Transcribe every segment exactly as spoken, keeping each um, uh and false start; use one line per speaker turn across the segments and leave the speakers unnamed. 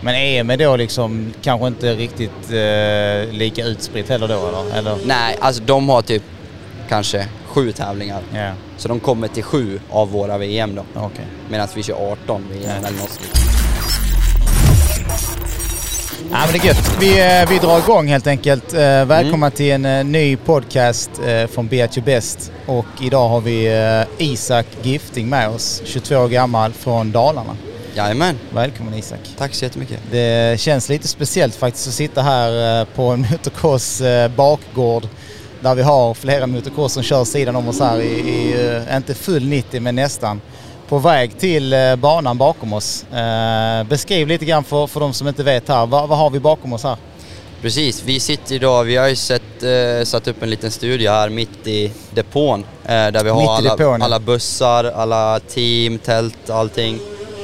Men E M är då liksom kanske inte riktigt eh, lika utspritt heller då, eller? eller?
Nej, alltså de har typ kanske sju tävlingar.
Yeah.
Så de kommer till sju av våra V M då.
Okay.
Medan vi kör arton V M
yeah.
eller något.
Ja, men det är gött. Vi, vi drar igång helt enkelt. Eh, välkomna mm. till en uh, ny podcast uh, från Be At Your Best. Och idag har vi uh, Isak Gifting med oss, tjugotvå år gammal från Dalarna.
Jajamän.
Välkommen Isak.
Tack så jättemycket.
Det känns lite speciellt faktiskt att sitta här uh, på en motocross uh, bakgård. Där vi har flera motocross som kör sidan om oss här i, i uh, inte full nittio men nästan. På väg till uh, banan bakom oss. Uh, beskriv lite grann för, för de som inte vet här. Va, vad har vi bakom oss här?
Precis, vi sitter idag, vi har ju sett, uh, satt upp en liten studio här mitt i depån. Uh, där vi har alla, depån, alla bussar, alla team, tält, allting.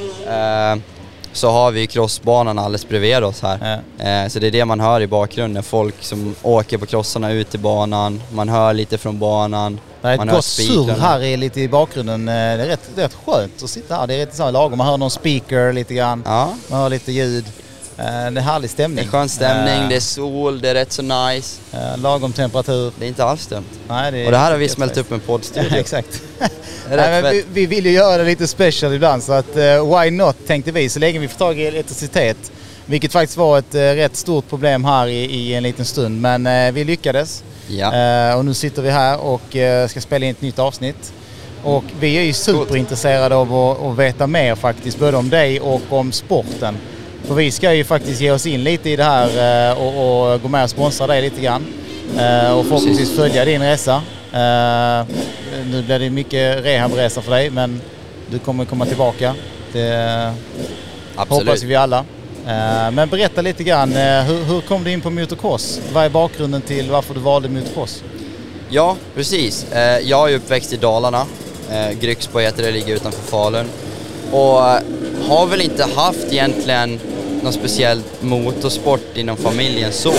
Uh, så har vi crossbanan alldeles bredvid oss här. Ja. Uh, så det är det man hör i bakgrunden. Folk som åker på crossarna ut till banan. Man hör lite från banan.
Det är ett gott surr här i, lite i bakgrunden. Det är rätt, det är rätt skönt att sitta här. Det är rätt så lagom. Man hör någon speaker lite grann. Ja. Man hör lite ljud. Det är härlig stämning.
Det är skön stämning, uh, det är sol, det är rätt så nice.
Uh, lagom temperatur.
Det är inte alls dumt.
Nej, det är
och det här har vi smält upp en poddstudio.
Exakt. Nej, men vi, vi vill ju göra det lite special ibland så att uh, why not tänkte vi så länge vi får tag i elektricitet. Vilket faktiskt var ett uh, rätt stort problem här i, i en liten stund. Men uh, vi lyckades. Ja. Uh, och nu sitter vi här och uh, ska spela in ett nytt avsnitt. Och vi är ju superintresserade av att, att veta mer faktiskt, både om dig och om sporten. För vi ska ju faktiskt ge oss in lite i det här uh, och, och gå med och sponsra dig lite grann. Uh, och förhoppningsvis följa din resa. Uh, nu blir det mycket rehabresa för dig, men du kommer komma tillbaka. Det
Absolut.
Hoppas vi alla. Uh, men berätta lite grann, uh, hur, hur kom du in på motocross? Vad är bakgrunden till varför du valde motocross?
Ja, precis. Uh, jag är uppväxt i Dalarna. Uh, Grycksbo heter det, ligger utanför Falun. Och uh, har väl inte haft egentligen någon speciell motorsport inom familjen så.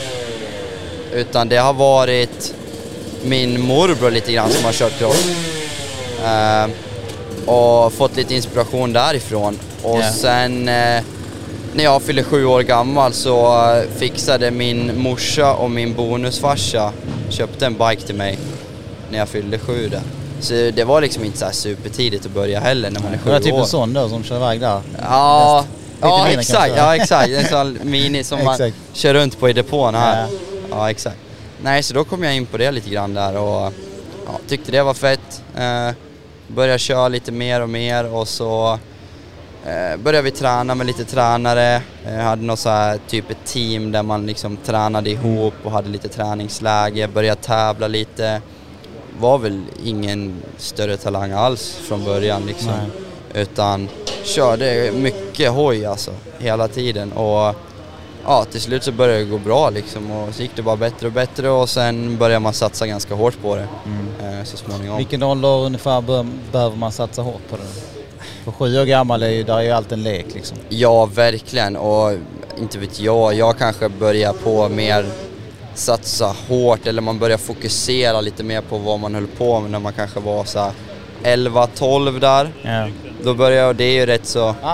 Utan det har varit min morbror lite grann som har kört cross. Uh, och fått lite inspiration därifrån. Och yeah. sen... Uh, När jag fyllde sju år gammal så fixade min morsa och min bonusfarsa köpte en bike till mig när jag fyllde sju där. Så det var liksom inte så här supertidigt att börja heller när man är sju år.
Det var typ en sån då som kör iväg där?
Ja, ja exakt. Ja, exakt. En sån mini som man kör runt på i depån här. Ja. ja, exakt. Nej, så då kom jag in på det lite grann där och ja, tyckte det var fett. Eh, började köra lite mer och mer och så... Eh, började vi träna med lite tränare. Jag eh, hade något så här typ ett team där man liksom tränade ihop och hade lite träningsläge. Började tävla lite. Var väl ingen större talang alls från början liksom. Nej. Utan körde mycket hoj alltså hela tiden. Och ja, till slut så började det gå bra liksom. Och så gick det bara bättre och bättre. Och sen började man satsa ganska hårt på det. Mm. Eh, så småningom.
Vilken ålder ungefär bör, behöver man satsa hårt på det? För sju år gammal är ju, där är ju allt en lek liksom.
Ja, verkligen. Och inte vet jag, jag kanske börjar på mer satsa hårt. Eller man börjar fokusera lite mer på vad man höll på med när man kanske var så här elva tolv där. Ja. Då börjar jag, det är ju rätt så... Ah.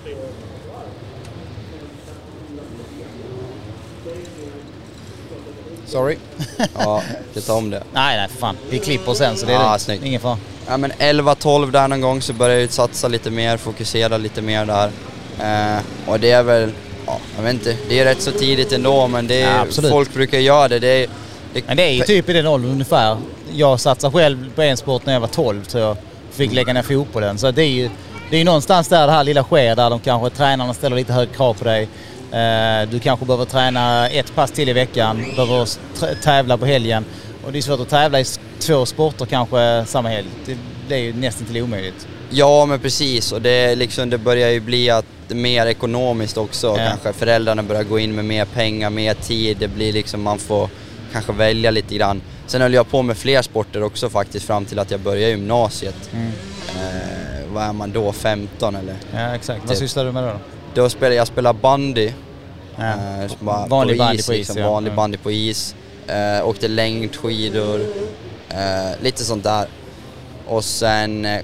Sorry.
Ja, jag tar om det.
Nej, nej, för fan. Vi klipper sen så det är
ah,
det. Ingen fara.
Ja, men elva tolv där någon gång så börjar jag satsa lite mer, fokusera lite mer där. Eh, och det är väl, ja, jag vet inte, det är rätt så tidigt ändå, men det är, ja, folk brukar göra det. Det är, det,
men det är ju typ i den åldern ungefär. Jag satsade själv på en sport när jag var tolv så jag fick lägga ner fotbollen. Så det är ju det är någonstans där det här lilla sker där de kanske tränarna ställer lite hög krav på dig. Eh, du kanske behöver träna ett pass till i veckan, behöver tävla på helgen. Och det är svårt att tävla i två sporter kanske samma helg. Det, det är ju nästan till omöjligt.
Ja, men precis. Och det, liksom, det börjar ju bli att det är mer ekonomiskt också. Ja. Kanske föräldrarna börjar gå in med mer pengar, mer tid. Det blir liksom, man får kanske välja lite grann. Sen höll jag på med fler sporter också faktiskt fram till att jag började gymnasiet. Mm. Eh, vad är man då? femton eller?
Ja, exakt. Vad sysslar du med då?
Då spelar jag spelar bandy.
Ja. Eh, vanlig
på
bandy
is,
på is.
Liksom,
Ja.
Vanlig bandy på is. Eh, åkte längdskidor. Eh, lite sånt där. Och sen eh,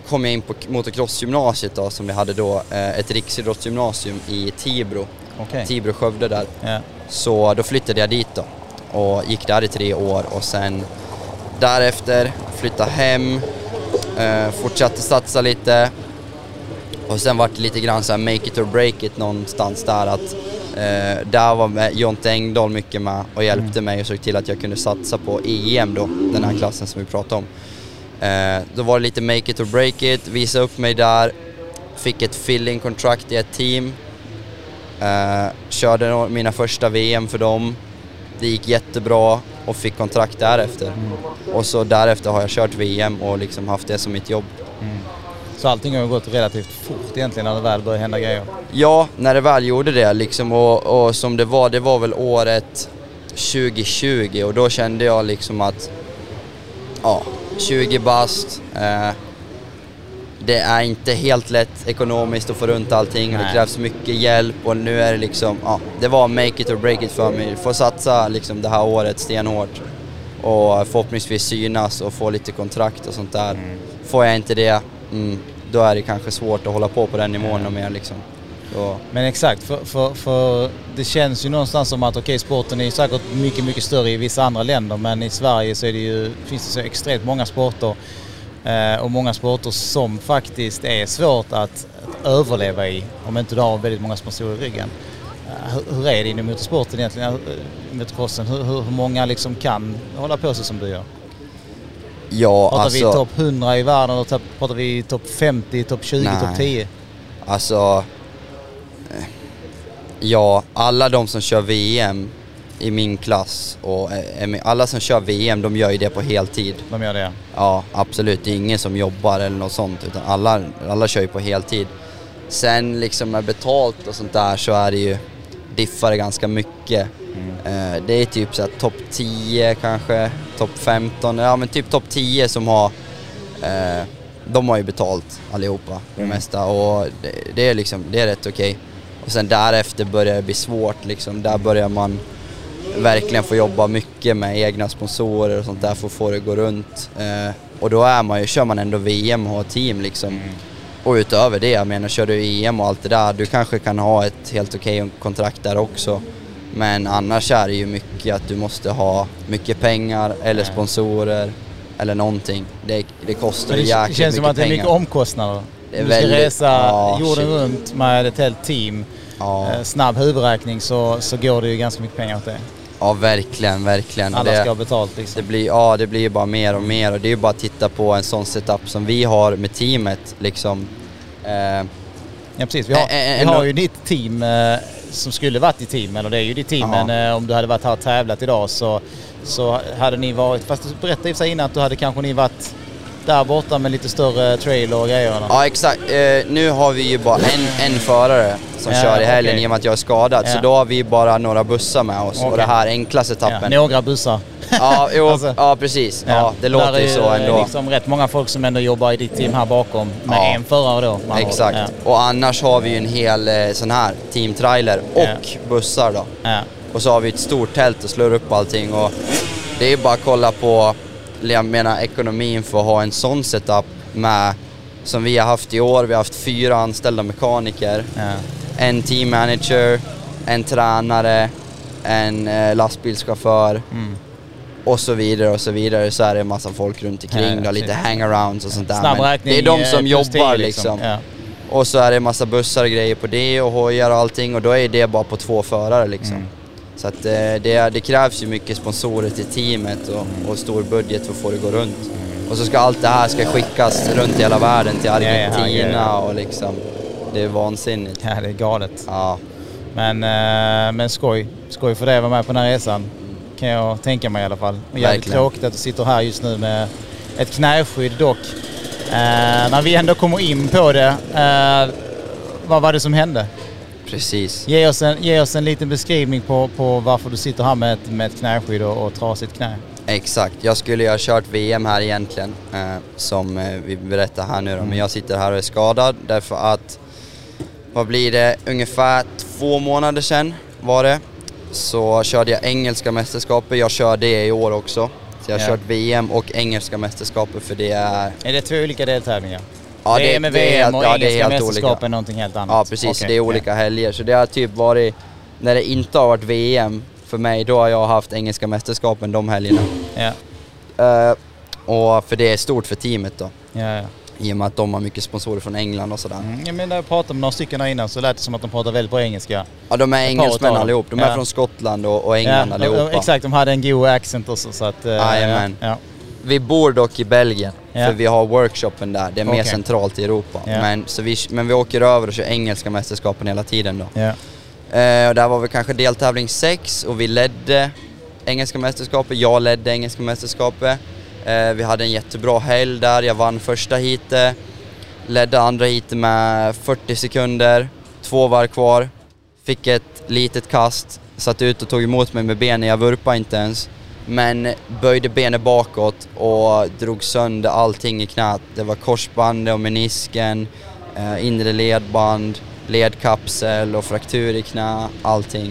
kom jag in på motocrossgymnasiet då, som vi hade då, eh, ett riksidrottsgymnasium i Tibro.
Okay.
Tibro, Skövde där.
Yeah.
Så då flyttade jag dit då och gick där i tre år och sen därefter flyttade hem, eh, fortsatte satsa lite och sen var det lite grann så här make it or break it någonstans där att eh, där var Jonte Engdahl mycket med och hjälpte mm. mig och såg till att jag kunde satsa på E M då, den här klassen som vi pratade om. Eh, då var det lite make it or break it, visa upp mig där, fick ett filling kontrakt i ett team, eh, körde mina första V M för dem, det gick jättebra och fick kontrakt därefter. Mm. Och så därefter har jag kört V M och liksom haft det som mitt jobb. Mm.
Så allting har gått relativt fort egentligen när det väl började hända grejer?
Ja, när det väl gjorde det liksom och, och som det var, det var väl året tjugo tjugo och då kände jag liksom att ja, tjugo bast, eh, det är inte helt lätt ekonomiskt att få runt allting och det krävs mycket hjälp och nu är det liksom, ja, det var make it or break it för mig. Få satsa liksom det här året stenhårt och förhoppningsvis synas och få lite kontrakt och sånt där. Mm. Får jag inte det, mm, då är det kanske svårt att hålla på på den nivån mm. mer liksom. Så.
Men exakt, för, för, för det känns ju någonstans som att okej, okay, sporten är säkert mycket, mycket större i vissa andra länder men i Sverige så är det ju, finns det så extremt många sporter eh, och många sporter som faktiskt är svårt att, att överleva i om inte du har väldigt många sponsorer i ryggen. Eh, hur, hur är det inom motorsporten egentligen, motocrossen? Hur, hur, hur många liksom kan hålla på sig som du gör?
Ja,
pratar
alltså,
vi topp hundra i världen och pratar vi topp femtio, topp tjugo, topp tio?
Alltså, ja, alla de som kör V M i min klass och alla som kör V M, de gör ju det på heltid.
De gör det?
Ja, absolut. Det är ingen som jobbar eller något sånt, utan alla, alla kör ju på heltid. Sen liksom med betalt och sånt där så är det ju, diffar det ganska mycket. Mm. Det är typ så här topp tio kanske, topp femton, ja men typ topp tio som har, eh, de har ju betalt allihopa mm. det mesta och det, det är liksom, det är rätt okej. Okay. Och sen därefter börjar det bli svårt liksom, där börjar man verkligen få jobba mycket med egna sponsorer och sånt där för att få det gå runt. Eh, och då är man ju, kör man ändå V M och har team liksom. Mm. Och utöver det, jag menar, kör du E M och allt det där, du kanske kan ha ett helt okej okay kontrakt där också. Men annars är det ju mycket att du måste ha mycket pengar eller sponsorer eller någonting. Det, det kostar jäkligt mycket pengar. Det känns som att
det är mycket omkostnader.
Det är
du
väldigt,
ska resa
ja,
jorden
shit.
runt med ett helt team. Ja. Eh, snabb huvudräkning så, så går det ju ganska mycket pengar åt det.
Ja, verkligen, verkligen.
Alla
det,
ska ha betalt liksom.
Det blir, ja, det blir ju bara mer och mer och det är ju bara att titta på en sån setup som vi har med teamet liksom. Eh,
ja, precis. Vi har, äh, vi har ju ditt team eh, som skulle varit i team, eller det är ju ditt team, ja. Men eh, om du hade varit här och tävlat idag så, så hade ni varit, fast du berättade i och för sig innan att du hade kanske ni varit där borta med lite större trailer och grejer.
Ja, exakt. Eh, nu har vi ju bara en, en förare som ja, kör i helgen okay. i och med att jag är skadad, ja. Så då har vi bara några bussar med oss okay. och det här enkla setupen.
Ja, några bussar.
Ja, jo, alltså, ja precis. Ja, det låter ju så ändå. Det är
liksom rätt många folk som ändå jobbar i ditt team här bakom med ja. en förare då.
Exakt. Ja. Och annars har vi ju en hel sån här teamtrailer och ja. bussar då. Ja. Och så har vi ett stort tält och slår upp allting och det är bara att kolla på, jag menar, ekonomin för att ha en sån setup med, som vi har haft i år. Vi har haft fyra anställda mekaniker, ja. en teammanager, en tränare, en eh, lastbilschaufför mm. och så vidare och så vidare. Så är det en massa folk runt omkring, ja, lite hangarounds och sånt där. Men det är de som jobbar liksom. Ja. Och så är det en massa bussar och grejer på det och hojar och allting och då är det bara på två förare liksom. Mm. Så att det, det krävs ju mycket sponsorer till teamet och, och stor budget för att få det gå runt. Mm. Och så ska allt det här ska skickas runt hela världen till Argentina ja, ja, ja. och liksom, det är vansinnigt.
Ja, det är galet.
Ja.
Men, men skoj, skoj för dig att vara med på den här resan, kan jag tänka mig i alla fall. Och jävligt tråkigt att du sitter här just nu med ett knäskydd dock. Uh, när vi ändå kommer in på det, uh, vad var det som hände?
Precis.
Ge oss en, ge oss en liten beskrivning på, på varför du sitter här med ett, med ett knäskydd och, och trasigt knä.
Exakt. Jag skulle ju ha kört V M här egentligen, eh, som eh, vi berättar här nu då. Mm. Men jag sitter här och är skadad därför att, vad blir det, ungefär två månader sedan var det, så körde jag engelska mästerskapet. Jag kör det i år också. Så jag har ja. kört V M och engelska mästerskapet för det är...
Är det två olika deltävlingar?
Ja,
det är med V M och
ja,
engelska mästerskap är någonting helt annat.
Ja, precis. Okay, det är olika okay. helger. Så det har typ varit, när det inte har varit V M för mig, då har jag haft engelska mästerskapen de helgerna.
Ja.
Uh, och för det är stort för teamet då.
Ja, ja.
I och med att de har mycket sponsorer från England och sådär.
Mm, jag menar, när jag pratade med några stycken där innan så lät det som att de pratar väldigt på engelska.
Ja, de är engelsmän allihop. De är ja. från Skottland och, och England ja, allihopa.
Exakt, de hade en god accent också. Så att, uh,
ja,
ja.
Vi bor dock i Belgien,
ja.
för vi har workshopen där. Det är okay. mer centralt i Europa. Ja. Men, så vi, men vi åker över och kör engelska mästerskapen hela tiden då.
Ja.
Uh, och där var vi kanske deltävling sex och vi ledde engelska mästerskapet. Jag ledde engelska mästerskapet. Uh, vi hade en jättebra helg där. Jag vann första heatet. Ledde andra heatet med fyrtio sekunder. Två var kvar. Fick ett litet kast. Satt ut och tog emot mig med benen. Jag vurpade inte ens. Men böjde benet bakåt och drog sönder allting i knät. Det var korsbandet och menisken, eh, inre ledband, ledkapsel och fraktur i knä, allting.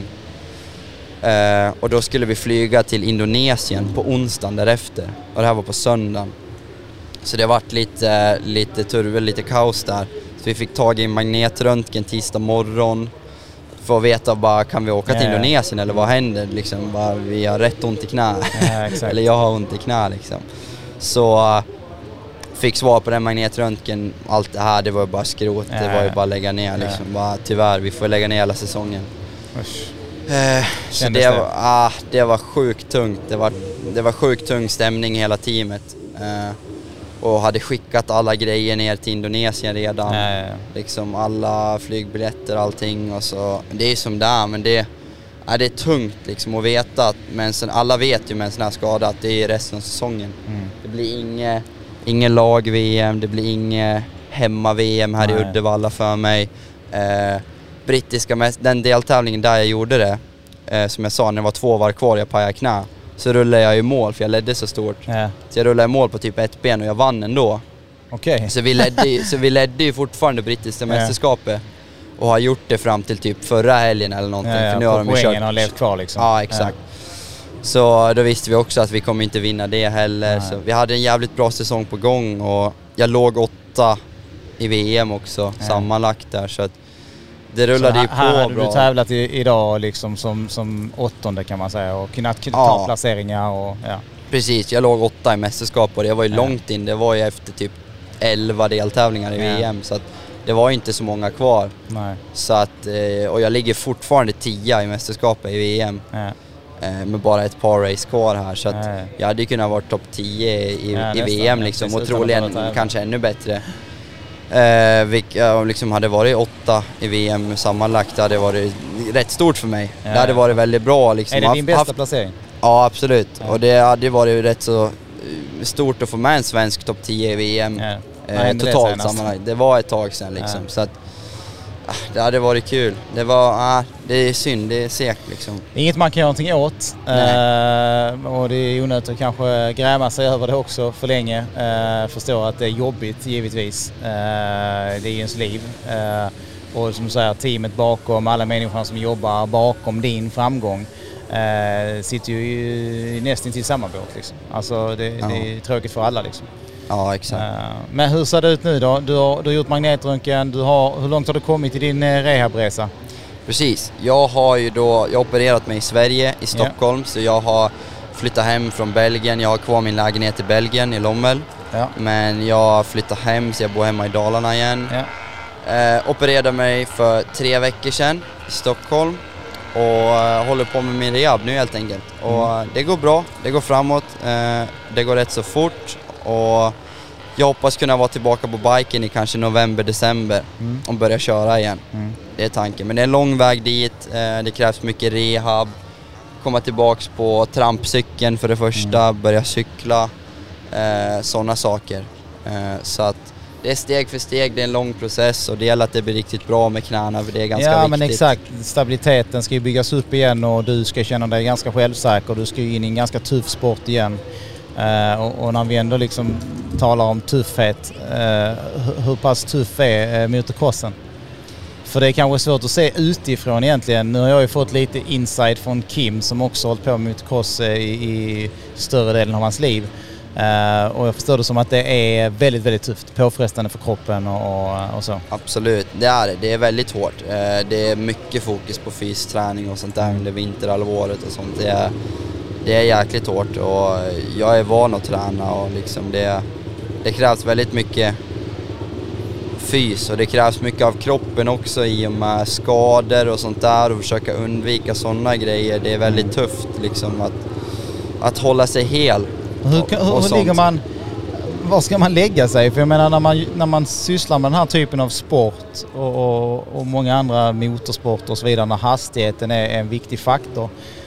Eh, och då skulle vi flyga till Indonesien på onsdagen därefter. Och det här var på söndagen. Så det har varit lite, lite turvel, lite kaos där. Så vi fick tag i magnetröntgen tisdag morgon. För att veta bara, kan vi åka till ja, Indonesien eller vad händer liksom, bara, vi har rätt ont i knä
ja,
eller jag har ont i knä liksom. Så uh, fick svar på den magnetröntgen, allt det här, det var bara skrot, ja, det var ju bara lägga ner liksom, ja. bara, tyvärr, vi får lägga ner hela säsongen. Uh, så det, det? Var, ah, det var sjukt tungt, det var, det var sjukt tung stämning i hela teamet. Uh, Och hade skickat alla grejer ner till Indonesien redan.
Ja, ja, ja.
Liksom alla flygbiljetter, allting. Och så. Det är som där, men det, ja, det är tungt liksom att veta. Att, men sen, alla vet ju med en sån här skada att det är resten av säsongen. Mm. Det blir inget, ingen lag-V M, det blir inget hemma-V M här Nej. i Uddevalla för mig. Eh, brittiska, den deltävlingen där jag gjorde det, eh, som jag sa, när det var två var kvar, jag pajade knä. Så rullade jag i mål, för jag ledde så stort.
Ja.
Så jag rullade i mål på typ ett ben och jag vann ändå.
Okay.
Så vi ledde, så vi ledde ju fortfarande brittiska ja. mästerskapet. Och har gjort det fram till typ förra helgen eller någonting.
Ja, ja,
för nu
har
de
poängen
kört.
har levt kvar liksom.
Ja, exakt. Ja. Så då visste vi också att vi kommer inte vinna det heller. Så vi hade en jävligt bra säsong på gång. Och jag låg åtta i V M också, ja. sammanlagt där. Så att det rullade ju på bra.
Här hade du tävlat i, idag liksom som, som åttonde kan man säga och kunnat ta ja. placeringar och ja.
Precis, jag låg åtta i mästerskap och det var ju ja. långt in. Det var ju efter typ elva deltävlingar i ja. V M så att det var inte så många kvar.
Nej.
Så att, och jag ligger fortfarande tia i mästerskapet i V M.
Ja.
Med bara ett par race kvar här så att
ja, ja.
jag hade kunnat vara topp tio i,
ja,
i V M liksom,
ja,
och troligen kanske ännu bättre. Eh, vilka liksom hade varit åtta i V M sammanlagt, det hade varit rätt stort för mig.
Ja,
det hade varit väldigt bra liksom.
Är det din
haft,
bästa
haft,
placering?
Ja, absolut.
Ja.
Och det hade varit rätt så stort att få med en svensk topp tio i V M.
Ja.
Eh, totalt sammanlagt. Det var ett tag sedan liksom. Ja. Så att det hade varit kul. Det var, ah, det är synd, det är segt liksom.
Inget man kan göra någonting åt. Uh, och det är onödigt att kanske gräma sig över det också för länge. Uh, förstår att det är jobbigt givetvis. Uh, det är ju ens liv. Uh, och som du säger, teamet bakom, alla människor som jobbar bakom din framgång uh, sitter ju i, nästan till samma båt liksom. Alltså det, ja. det är tråkigt för alla liksom.
Ja, exakt. Uh,
men hur ser det ut nu då? Du har, du har gjort magnetröntgen, du har, hur långt har du kommit i din uh, rehabresa?
Precis, jag har ju då, jag har opererat mig i Sverige, i Stockholm, ja. så jag har flyttat hem från Belgien, jag har kvar min lägenhet i Belgien, i Lommel. Ja. Men jag har flyttat hem så jag bor hemma i Dalarna igen.
Ja.
Uh, opererade mig för tre veckor sedan i Stockholm och uh, håller på med min rehab nu helt enkelt. Mm. Och uh, det går bra, det går framåt, uh, det går rätt så fort. Och jag hoppas kunna vara tillbaka på biken i kanske november, december mm. och börja köra igen. Mm. Det är tanken. Men det är en lång väg dit. Det krävs mycket rehab. Komma tillbaks på trampcykeln för det första. Mm. Börja cykla. Sådana saker. Så att det är steg för steg. Det är en lång process och det gäller att det blir riktigt bra med knäna. För det är ganska
ja,
viktigt.
Men exakt. Stabiliteten ska ju byggas upp igen och du ska känna dig ganska självsäker. Du ska ju in i en ganska tuff sport igen. Uh, och, och när vi ändå liksom talar om tuffhet, uh, hur, hur pass tuff är uh, motocrossen? För det är kanske svårt att se utifrån egentligen. Nu har jag ju fått lite insight från Kim som också hållit på med motocross uh, i, i större delen av hans liv. Uh, och jag förstår det som att det är väldigt, väldigt tufft, påfrestande för kroppen och, och så.
Absolut, det är det. Det är väldigt hårt. Uh, det är mycket fokus på fysträning och sånt där under vinterhalvåret och sånt. Det är, det är jäkligt hårt och jag är van att träna och liksom det, det krävs väldigt mycket fys och det krävs mycket av kroppen också i och med skador och sånt där och försöka undvika sådana grejer. Det är väldigt tufft liksom att, att hålla sig hel.
Hur, och, hur, och hur ligger man, var ska man lägga sig? För jag menar när man, när man sysslar med den här typen av sport och, och, och många andra motorsporter och så vidare, när hastigheten är en viktig faktor.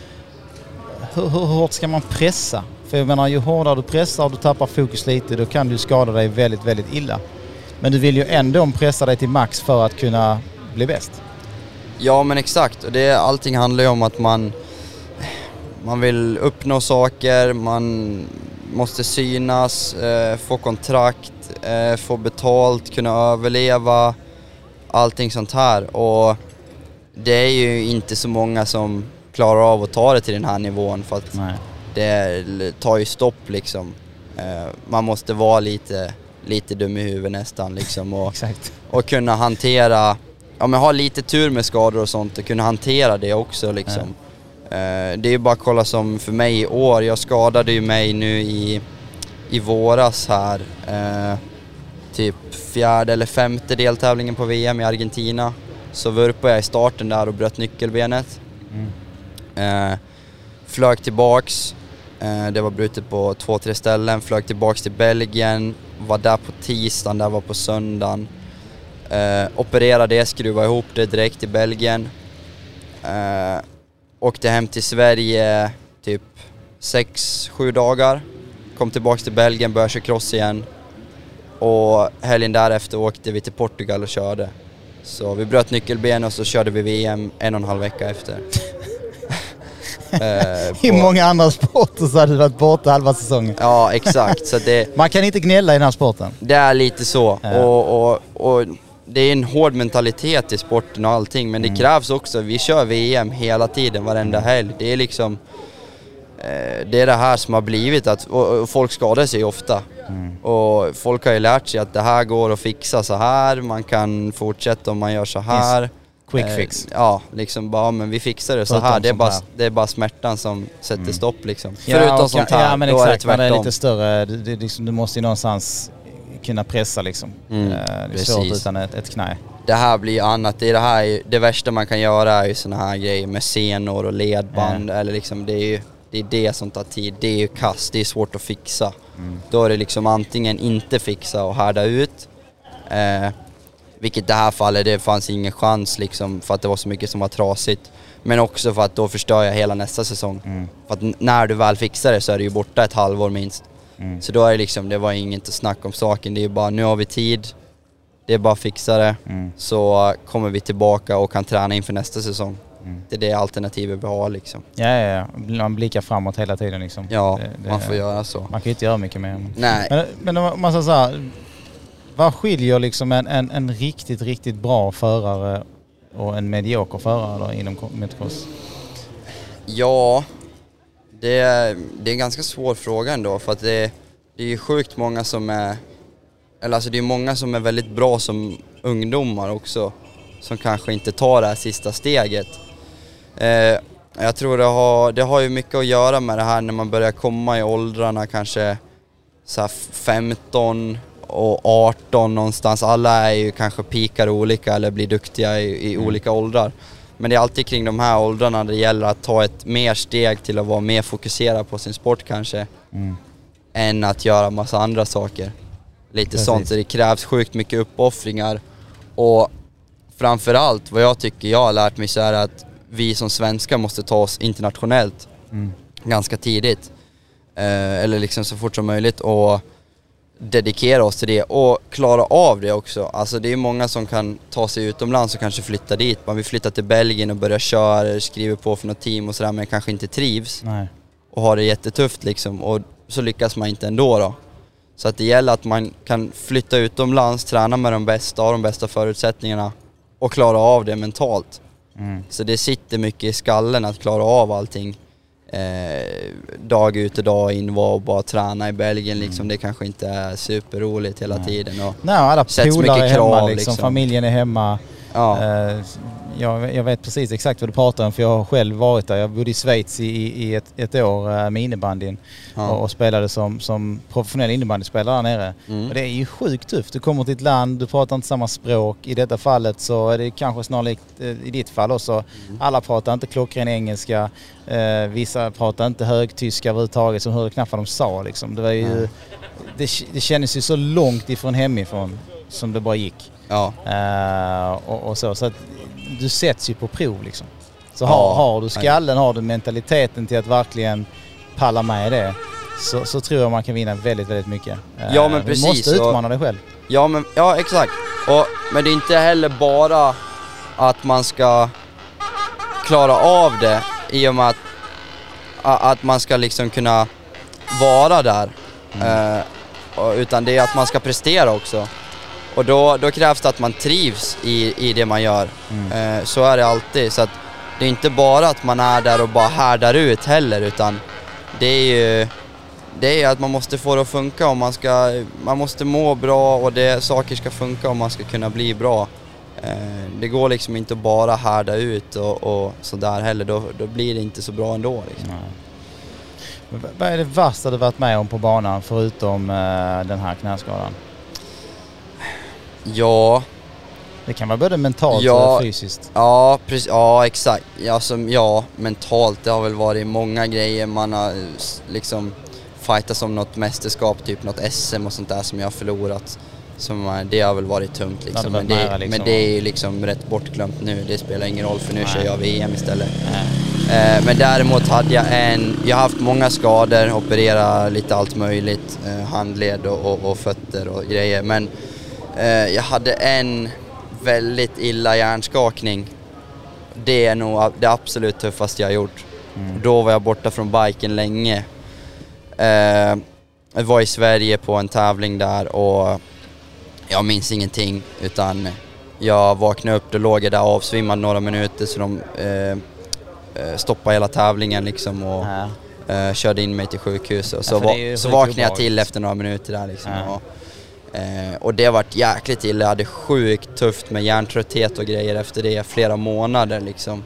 Hur, hur hårt ska man pressa? För jag menar ju hårdare du pressar och du tappar fokus lite, då kan du skada dig väldigt, väldigt illa. Men du vill ju ändå pressa dig till max för att kunna bli bäst.
Ja men exakt, och det, allting handlar ju om att man, man vill uppnå saker, man måste synas, eh, få kontrakt, eh, få betalt, kunna överleva, allting sånt här. Och det är ju inte så många som klarar av att ta det till den här nivån för att Nej. det tar ju stopp liksom. Eh, man måste vara lite... lite dum i huvudet nästan liksom och, och kunna hantera, ja men ha lite tur med skador och sånt och kunna hantera det också liksom. Ja. Uh, det är ju bara att kolla som för mig i år, jag skadade ju mig nu i, i våras här, uh, typ fjärde eller femte deltävlingen på V M i Argentina, så vurpade jag i starten där och bröt nyckelbenet. Mm. Uh, flög tillbaks. Det var brutet på två, tre ställen, flög tillbaks till Belgien, var där på tisdagen, där var på söndagen. Eh, opererade det, skruvade ihop det direkt i Belgien. Eh, åkte hem till Sverige typ sex, sju dagar. Kom tillbaks till Belgien, började köra cross igen. Och helgen därefter åkte vi till Portugal och körde. Så vi bröt nyckelben och så körde vi V M en och en halv vecka efter.
Uh, I många andra sporter så hade det varit borta halva säsongen.
Ja, exakt. Så det,
man kan inte gnälla i den här sporten.
Det är lite så. Uh. Och, och, och det är en hård mentalitet i sporten och allting. Men det mm. krävs också. Vi kör V M hela tiden, varenda helg. Det är liksom... Eh, det är det här som har blivit. Att, och, och folk skadar sig ofta. Mm. Och folk har ju lärt sig att det här går att fixa så här. Man kan fortsätta om man gör så här. Yes.
Quick fix.
Eh, ja, liksom bara, men vi fixar det så här. Det är, bara, det är bara smärtan som sätter mm. stopp liksom.
Ja,
Förutom
och,
sånt här,
ja, men
då
exakt,
är det tvärtom.
Man är lite större, det, det, liksom, du måste ju någonstans kunna pressa liksom. Mm, eh, det är precis. Svårt utan ett, ett knä.
Det här blir annat. Det, är det, här, det värsta man kan göra är ju såna här grejer med senor och ledband. Ja. Eller liksom, det är ju det, är det som tar tid. Det är ju kast, det är svårt att fixa. Mm. Då är det liksom antingen inte fixa och härda ut. Eh, Vilket det här fallet, det fanns ingen chans liksom för att det var så mycket som var trasigt. Men också för att då förstör jag hela nästa säsong. Mm. För att när du väl fixar det så är det ju borta ett halvår minst. Mm. Så då är det liksom, det var inget att snacka om saken. Det är bara, nu har vi tid. Det är bara att fixa det. Mm. Så kommer vi tillbaka och kan träna inför nästa säsong. Mm. Det är det alternativet vi har liksom.
Ja, ja, ja. Man blickar framåt hela tiden liksom.
Ja,
det, det,
man får göra så.
Man kan ju inte göra mycket mer.
Nej.
Men, men om man säger så här... Vad skiljer liksom en, en, en riktigt, riktigt bra förare och en medioker förare då inom motocross?
Ja, det är, det är en ganska svår fråga ändå, för att det, det är ju sjukt många som är, eller alltså det är många som är väldigt bra som ungdomar också, som kanske inte tar det här sista steget. Eh, jag tror det har, det har ju mycket att göra med det här när man börjar komma i åldrarna, kanske så här femton och arton någonstans. Alla är ju kanske pikar olika eller blir duktiga i, i mm. olika åldrar. Men det är alltid kring de här åldrarna det gäller att ta ett mer steg till att vara mer fokuserad på sin sport kanske. Mm. Än att göra massa andra saker. Lite Precis. Sånt, så det krävs sjukt mycket uppoffringar. Och framförallt vad jag tycker jag har lärt mig så är att vi som svenskar måste ta oss internationellt mm. ganska tidigt. Eh, eller liksom så fort som möjligt och dedikera oss till det och klara av det också. Alltså det är många som kan ta sig utomlands och kanske flytta dit. Man vill flytta till Belgien och börja köra, skriva på för något team och sådär, men kanske inte trivs. Nej. Och har det jättetufft liksom, och så lyckas man inte ändå då. Så att det gäller att man kan flytta utomlands, träna med de bästa och de bästa förutsättningarna och klara av det mentalt. Mm. Så det sitter mycket i skallen att klara av allting. eh, dag ut och dag in var och bara träna i Belgien liksom. Mm. Det kanske inte är superroligt hela Nej. tiden. Och
Nej, alla polare är hemma liksom. liksom. Familjen är hemma. Ja. Eh, jag, jag vet precis exakt vad du pratar om, för jag har själv varit där. Jag bodde i Schweiz i, i ett, ett år med innebandyn ja. och, och spelade som, som professionell innebandyspelare där nere. Mm. Och det är ju sjukt tufft. Du kommer till ett land, du pratar inte samma språk. I detta fallet så är det kanske snarlikt i ditt fall också. Mm. Alla pratar inte klockren engelska. Eh, vissa pratar inte högtyska överhuvudtaget, som hörde knappt vad de sa. Liksom. Det, var ju, mm. det, det kändes ju så långt ifrån hemifrån som det bara gick.
Ja.
Uh, och, och så, så att du sätts ju på prov liksom. Så ja. har, har du skallen, har du mentaliteten till att verkligen palla med det, så, så tror jag man kan vinna väldigt, väldigt mycket. Uh,
ja, men precis.
Du måste utmana dig själv.
Ja, men, ja exakt. Och, men det är inte heller bara att man ska klara av det i och med att, att man ska liksom kunna vara där. Mm. Uh, utan det är att man ska prestera också. Och då, då krävs det att man trivs i, i det man gör. Mm. Eh, så är det alltid. Så att det är inte bara att man är där och bara härdar ut heller, utan det är ju det är att man måste få det att funka, och man, ska, man måste må bra, och det, saker ska funka om man ska kunna bli bra. Eh, det går liksom inte bara härda ut och, och sådär heller. Då, då blir det inte så bra ändå. Liksom.
Nej. Vad är det värsta du varit med om på banan förutom eh, den här knäskadan?
Ja.
Det kan vara både mentalt ja, och fysiskt.
Ja, precis, ja exakt. Ja, som, ja, mentalt. Det har väl varit många grejer. Man har liksom fightat som något mästerskap, typ något S M och sånt där som jag har förlorat. Som, det har väl varit tungt liksom. Det men, det, nära, liksom. men det är ju liksom rätt bortglömt nu. Det spelar ingen roll, för nu Nej. kör jag V M istället. Eh, men däremot hade jag en... Jag har haft många skador, operera lite allt möjligt. Eh, handled och, och, och fötter och grejer. Men eh, jag hade en väldigt illa hjärnskakning. Det är nog det absolut tuffaste jag har gjort. Mm. Då var jag borta från biken länge. Eh, jag var i Sverige på en tävling där och jag minns ingenting, utan jag vaknade upp, då låg jag där avsvimmad några minuter, så de eh, stoppade hela tävlingen liksom och ja. eh, körde in mig till sjukhus. Och så, ja, va- så vaknade jag till efter några minuter där liksom. Ja. Och, eh, och det var jäkligt illa. Jag hade sjukt tufft med hjärntrötthet och grejer efter det, flera månader liksom.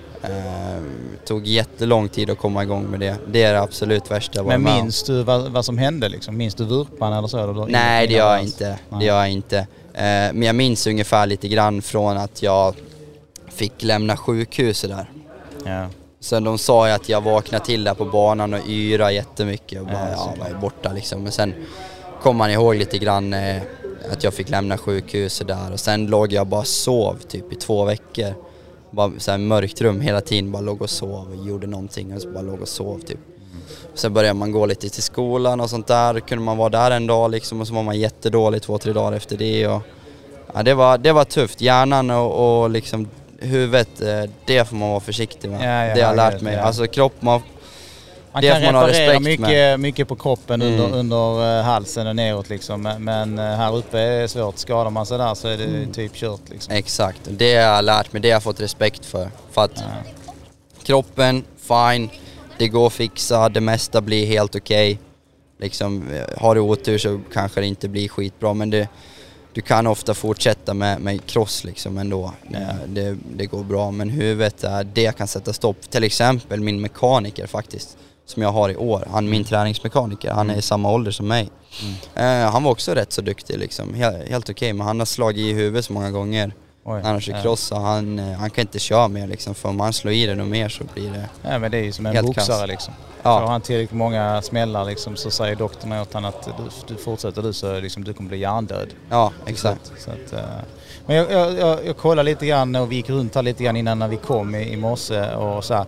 Uh, tog jättelång tid att komma igång med det. Det är det absolut värsta.
Men minns du vad, vad som hände liksom? Minns du vurpan eller så? Eller
Nej, det gör jag inte. Det gör jag inte. Uh, men jag minns ungefär lite grann från att jag fick lämna sjukhuset där.
Ja.
Sen de sa ju att jag vaknade till där på banan och yra jättemycket och bara, ja, ja, var borta liksom. Men sen kom man ihåg lite grann uh, att jag fick lämna sjukhuset där, och sen låg jag bara sov typ i två veckor. Bara så här mörkt rum hela tiden, bara låg och sov och gjorde någonting och så bara låg och sov typ. Mm. Sen började man gå lite till skolan och sånt där, kunde man vara där en dag liksom, och så var man jättedålig två, tre dagar efter det. Och, ja, det, var, det var tufft, hjärnan och, och liksom huvudet, det får man vara försiktig med. Ja, ja, det har jag lärt mig, ja. Alltså kropp, man,
man det kan man reparera mycket, mycket på kroppen mm. under, under halsen och neråt liksom. Men här uppe är det svårt. Skadar man sig där så är det mm. typ kört liksom.
Exakt, det har jag lärt mig, det har jag fått respekt för. För att ja. kroppen, fine, det går att fixa, det mesta blir helt okej. Okay. Liksom, har du otur så kanske det inte blir skitbra, men det, du kan ofta fortsätta med, med cross liksom ändå. Ja. Det, det går bra, men huvudet, det kan sätta stopp. Till exempel min mekaniker faktiskt, som jag har i år. Han min träningsmekaniker. Han är i samma ålder som mig. Mm. Uh, han var också rätt så duktig liksom. Helt, helt okej, okay, men han har slagit i huvudet så många gånger. Oj, han har kört cross och han, uh, han kan inte köra mer liksom. För om han slår i det och mer så blir det...
Ja, men det är ju som en boxare liksom. Ja. Får han tillräckligt många smällar liksom, så säger doktorn åt han att du, du fortsätter du så liksom, du kommer bli hjärndöd.
Ja, exakt.
Så att, uh, men jag, jag, jag, jag kollade lite grann och vi gick runt här lite grann innan när vi kom i, i morse och så här.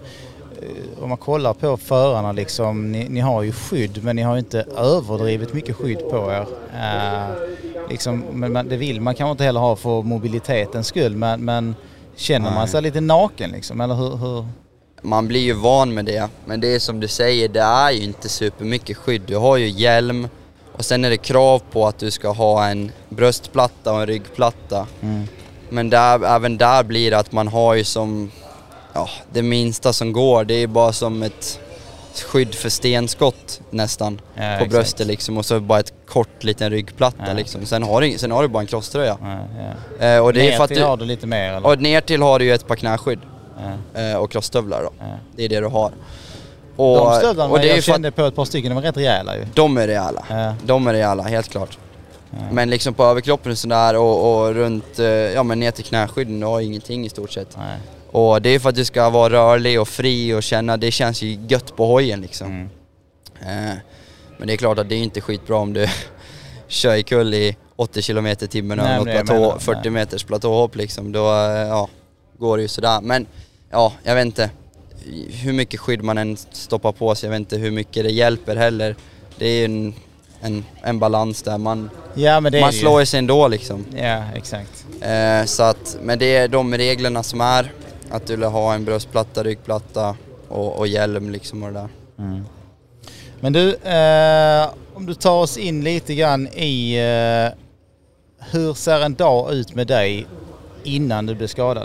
Om man kollar på förarna liksom, ni, ni har ju skydd, men ni har ju inte överdrivet mycket skydd på er. Uh, liksom, men man, det vill man kanske inte heller ha för mobilitetens skull, men, men känner Nej. man sig lite naken liksom, eller hur, hur?
Man blir ju van med det, men det är som du säger, det är ju inte supermycket skydd. Du har ju hjälm och sen är det krav på att du ska ha en bröstplatta och en ryggplatta. Mm. Men där, även där blir det att man har ju som... Ja, det minsta som går, det är bara som ett skydd för stenskott nästan
ja,
på
exakt.
bröstet liksom, och så bara ett kort liten ryggplatta ja. liksom. Sen har du sen har du bara en crosströja.
Ja, ja.
Eh, och det
ner
är för att
till
du,
har du lite mer eller?
Och ner till har du ju ett par knäskydd.
Ja.
Eh, och crossstövlar då.
Ja.
Det är det du har. Och,
de stövlarna
och det är
jag kände
att,
på ett par stycken, de var rätt rejäla ju.
De är rejäla.
Ja.
De är rejäla, helt klart.
Ja.
Men liksom på överkroppen och sådär och, och runt, ja men ner till knäskydden, du har ingenting i stort sett.
Nej.
Och det är för att du ska vara rörlig och fri och känna, det känns ju gött på hojen liksom.
Mm.
Eh, men det är klart att det är inte skitbra om du kör i kull i åttio kilometer i timmen och något platå, fyrtio nej. meters platåhopp liksom. Då ja, går det ju sådär. Men ja, jag vet inte hur mycket skydd man än stoppar på sig, jag vet inte hur mycket det hjälper heller. Det är ju en, en, en balans där man,
ja, men det
man
är
slår
ju.
sig ändå liksom.
Ja, exakt.
Eh, så att, men det är de reglerna som är, att du vill ha en bröstplatta, ryggplatta och, och hjälm liksom och det där.
Mm. Men du, eh, om du tar oss in lite grann i eh, hur ser en dag ut med dig innan du blev skadad?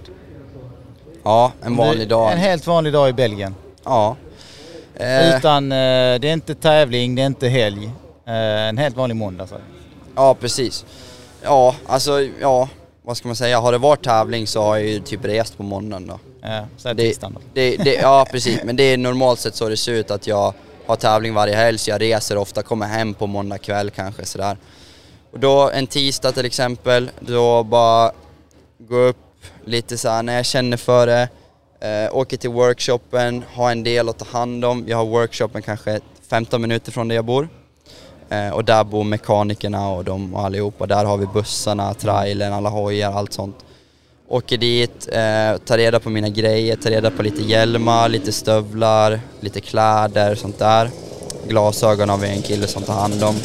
Ja, en vanlig dag.
En helt vanlig dag i Belgien.
Ja.
Eh. Utan, eh, det är inte tävling, det är inte helg. Eh, en helt vanlig måndag. Så.
Ja, precis. Ja, alltså, ja, vad ska man säga? Har det varit tävling så har jag ju typ rest på måndagen då.
Ja, så är
det,
tisdagen då.
Det, det, ja, precis. Men det är normalt sett så det ser ut att jag har tävling varje helg, så jag reser ofta, kommer hem på måndag kväll kanske sådär. Och då en tisdag till exempel, då bara gå upp lite så här när jag känner för det. Eh, åker till workshopen, har en del att ta hand om. Jag har workshopen kanske femton minuter från där jag bor. Eh, och där bor mekanikerna och de och allihopa. Där har vi bussarna, trailern, alla hojar, allt sånt. Åker dit, eh, tar reda på mina grejer, tar reda på lite hjälmar, lite stövlar, lite kläder, sånt där. Glasögon har vi en kille som tar hand om.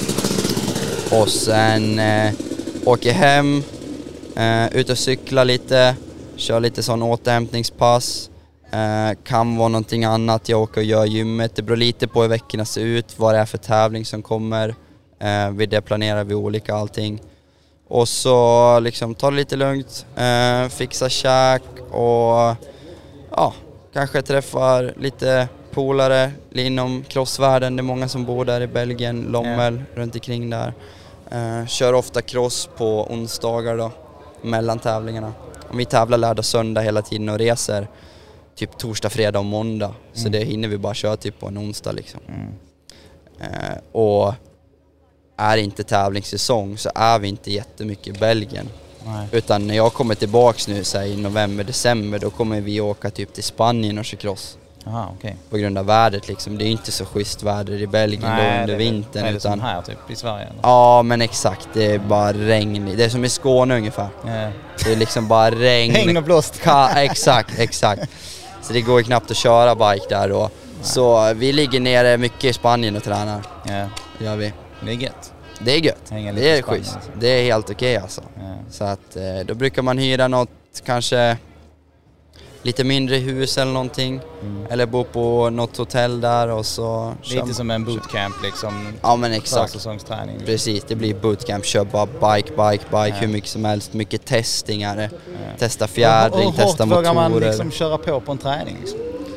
Och sen eh, åker hem, eh, ut och cykla lite, kör lite sån återhämtningspass. Eh, kan vara någonting annat, jag åker och gör gymmet. Det beror lite på hur veckorna ser ut, vad det är för tävling som kommer. Eh, vid det planerar vi olika allting. Och så liksom ta det lite lugnt, eh, fixa käk och ja, kanske träffar lite polare inom crossvärlden. Det är många som bor där i Belgien, Lommel, yeah. runt omkring där. Eh, kör ofta cross på onsdagar då, mellan tävlingarna. Om vi tävlar lördag söndag hela tiden och reser typ torsdag, fredag och måndag. Mm. Så det hinner vi bara köra typ på en onsdag liksom. Mm. Eh, och är inte tävlingssäsong så är vi inte jättemycket i Belgien. Nej. Utan när jag kommer tillbaks nu så i november, december, då kommer vi åka typ till Spanien och köra cross.
Aha, okay.
På grund av vädret liksom. Det är inte så schysst väder i Belgien. Nej, då under det, vintern.
Nej, det är
utan,
som här typ i Sverige. Eller?
Ja, men exakt. Det är bara regn. Det är som i Skåne ungefär. Ja. Det är liksom bara regn.
Regn och blåst.
Ka- exakt, exakt. Så det går ju knappt att köra bike där då. Nej. Så vi ligger nere mycket i Spanien och tränar.
Ja.
Det gör vi.
Det är gött.
Det är gött. Det är schysst. Alltså. Det är helt okej okay, alltså. Ja. Så att då brukar man hyra något kanske lite mindre hus eller någonting. Mm. Eller bo på något hotell där och så...
Lite kör, som en bootcamp liksom.
Ja men exakt.
Säsongsträning.
Precis, det blir bootcamp. Kör bara bike, bike, bike. Ja. Hur mycket som helst. Mycket testingar. Ja. Testa fjädring, och, och testa motorer. Hur
vågar man liksom köra på på en träning? Liksom?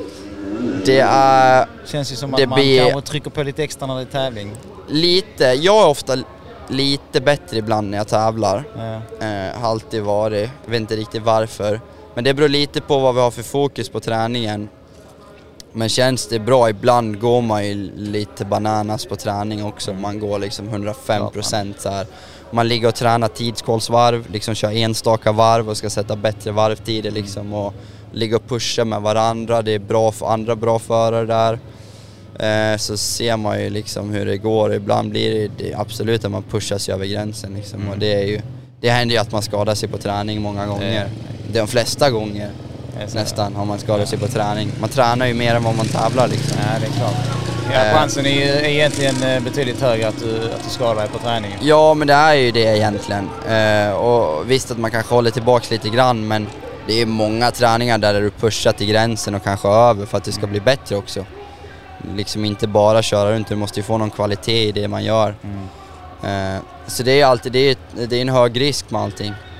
Det är...
Känns ju som att man blir, kanske trycker på lite extra när det är tävling.
Lite. Jag är ofta lite bättre ibland när jag tävlar. Ja. Eh, har alltid varit. Jag vet inte riktigt varför. Men det beror lite på vad vi har för fokus på träningen. Men känns det bra, ibland går man ju lite bananas på träning också. Man går liksom hundrafem procent så här. Man ligger och tränar tidskollsvarv, liksom kör enstaka varv och ska sätta bättre varvtider liksom. Och ligga och pusha med varandra. Det är bra för andra bra förare där. Eh, så ser man ju liksom hur det går. Ibland blir det, det absolut att man pushas över gränsen liksom. Mm. Och det är ju... Det händer ju att man skadar sig på träning många gånger. Det De flesta gånger nästan har man skadat sig på träning. Man tränar ju mer än vad man tävlar liksom.
Ja, det är klart. Ja, chansen är ju egentligen betydligt högre att du, att du skadar dig på träningen.
Ja, men det är ju det egentligen. Och visst att man kanske håller tillbaka lite grann, men det är många träningar där du pushar till gränsen och kanske över för att det ska bli bättre också. Liksom inte bara köra runt, du måste ju få någon kvalitet i det man gör. Mm. Uh, så det är alltid det är, det är en hög risk med allting.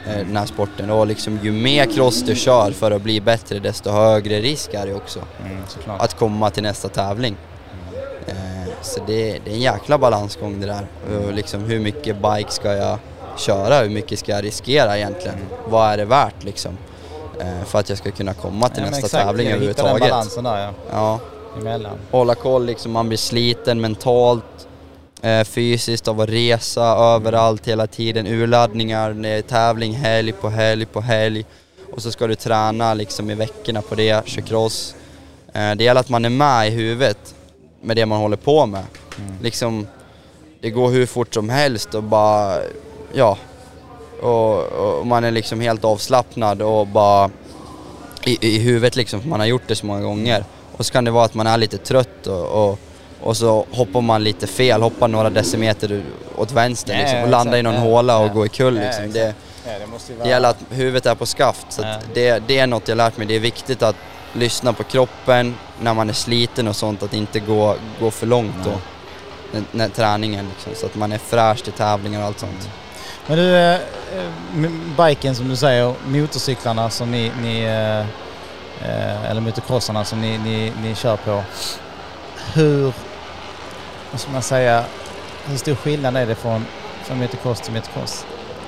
eh, den här sporten. Och liksom, ju mer cross du kör för att bli bättre, desto högre risk är det också
mm,
att komma till nästa tävling. Mm. Eh, så det, det är en jäkla balansgång det där. Och liksom, hur mycket bike ska jag köra? Hur mycket ska jag riskera egentligen? Mm. Vad är det värt liksom? Eh, för att jag ska kunna komma till ja, nästa exakt, tävling överhuvudtaget.
Den balansen där, ja.
Ja.
Emellan.
Hålla koll, liksom, man blir sliten mentalt, eh, fysiskt av att resa överallt hela tiden. Urladdningar, tävling, helg på helg på helg. Och så ska du träna liksom, i veckorna på det, köra cross. Eh, det gäller att man är med i huvudet med det man håller på med. Mm. Liksom, det går hur fort som helst och bara, ja... Och, och man är liksom helt avslappnad och bara i, i huvudet liksom, för man har gjort det så många gånger. Och så kan det vara att man är lite trött och, och, och så hoppar man lite fel, hoppar några decimeter åt vänster liksom, och landar i någon håla och går i kull liksom. Det,
ja, det, måste vara...
det gäller att huvudet är på skaft, så att det, det är något jag lärt mig. Det är viktigt att lyssna på kroppen när man är sliten och sånt, att inte gå, gå för långt då, när, när träningen liksom, så att man är fräsch till tävlingar och allt sånt.
Men du, eh, biken som du säger, motorcyklarna som ni, ni eh, eller motocrossarna som ni, ni, ni kör på. Hur, vad ska man säga, hur stor skillnad är det från, från motocross till motocross?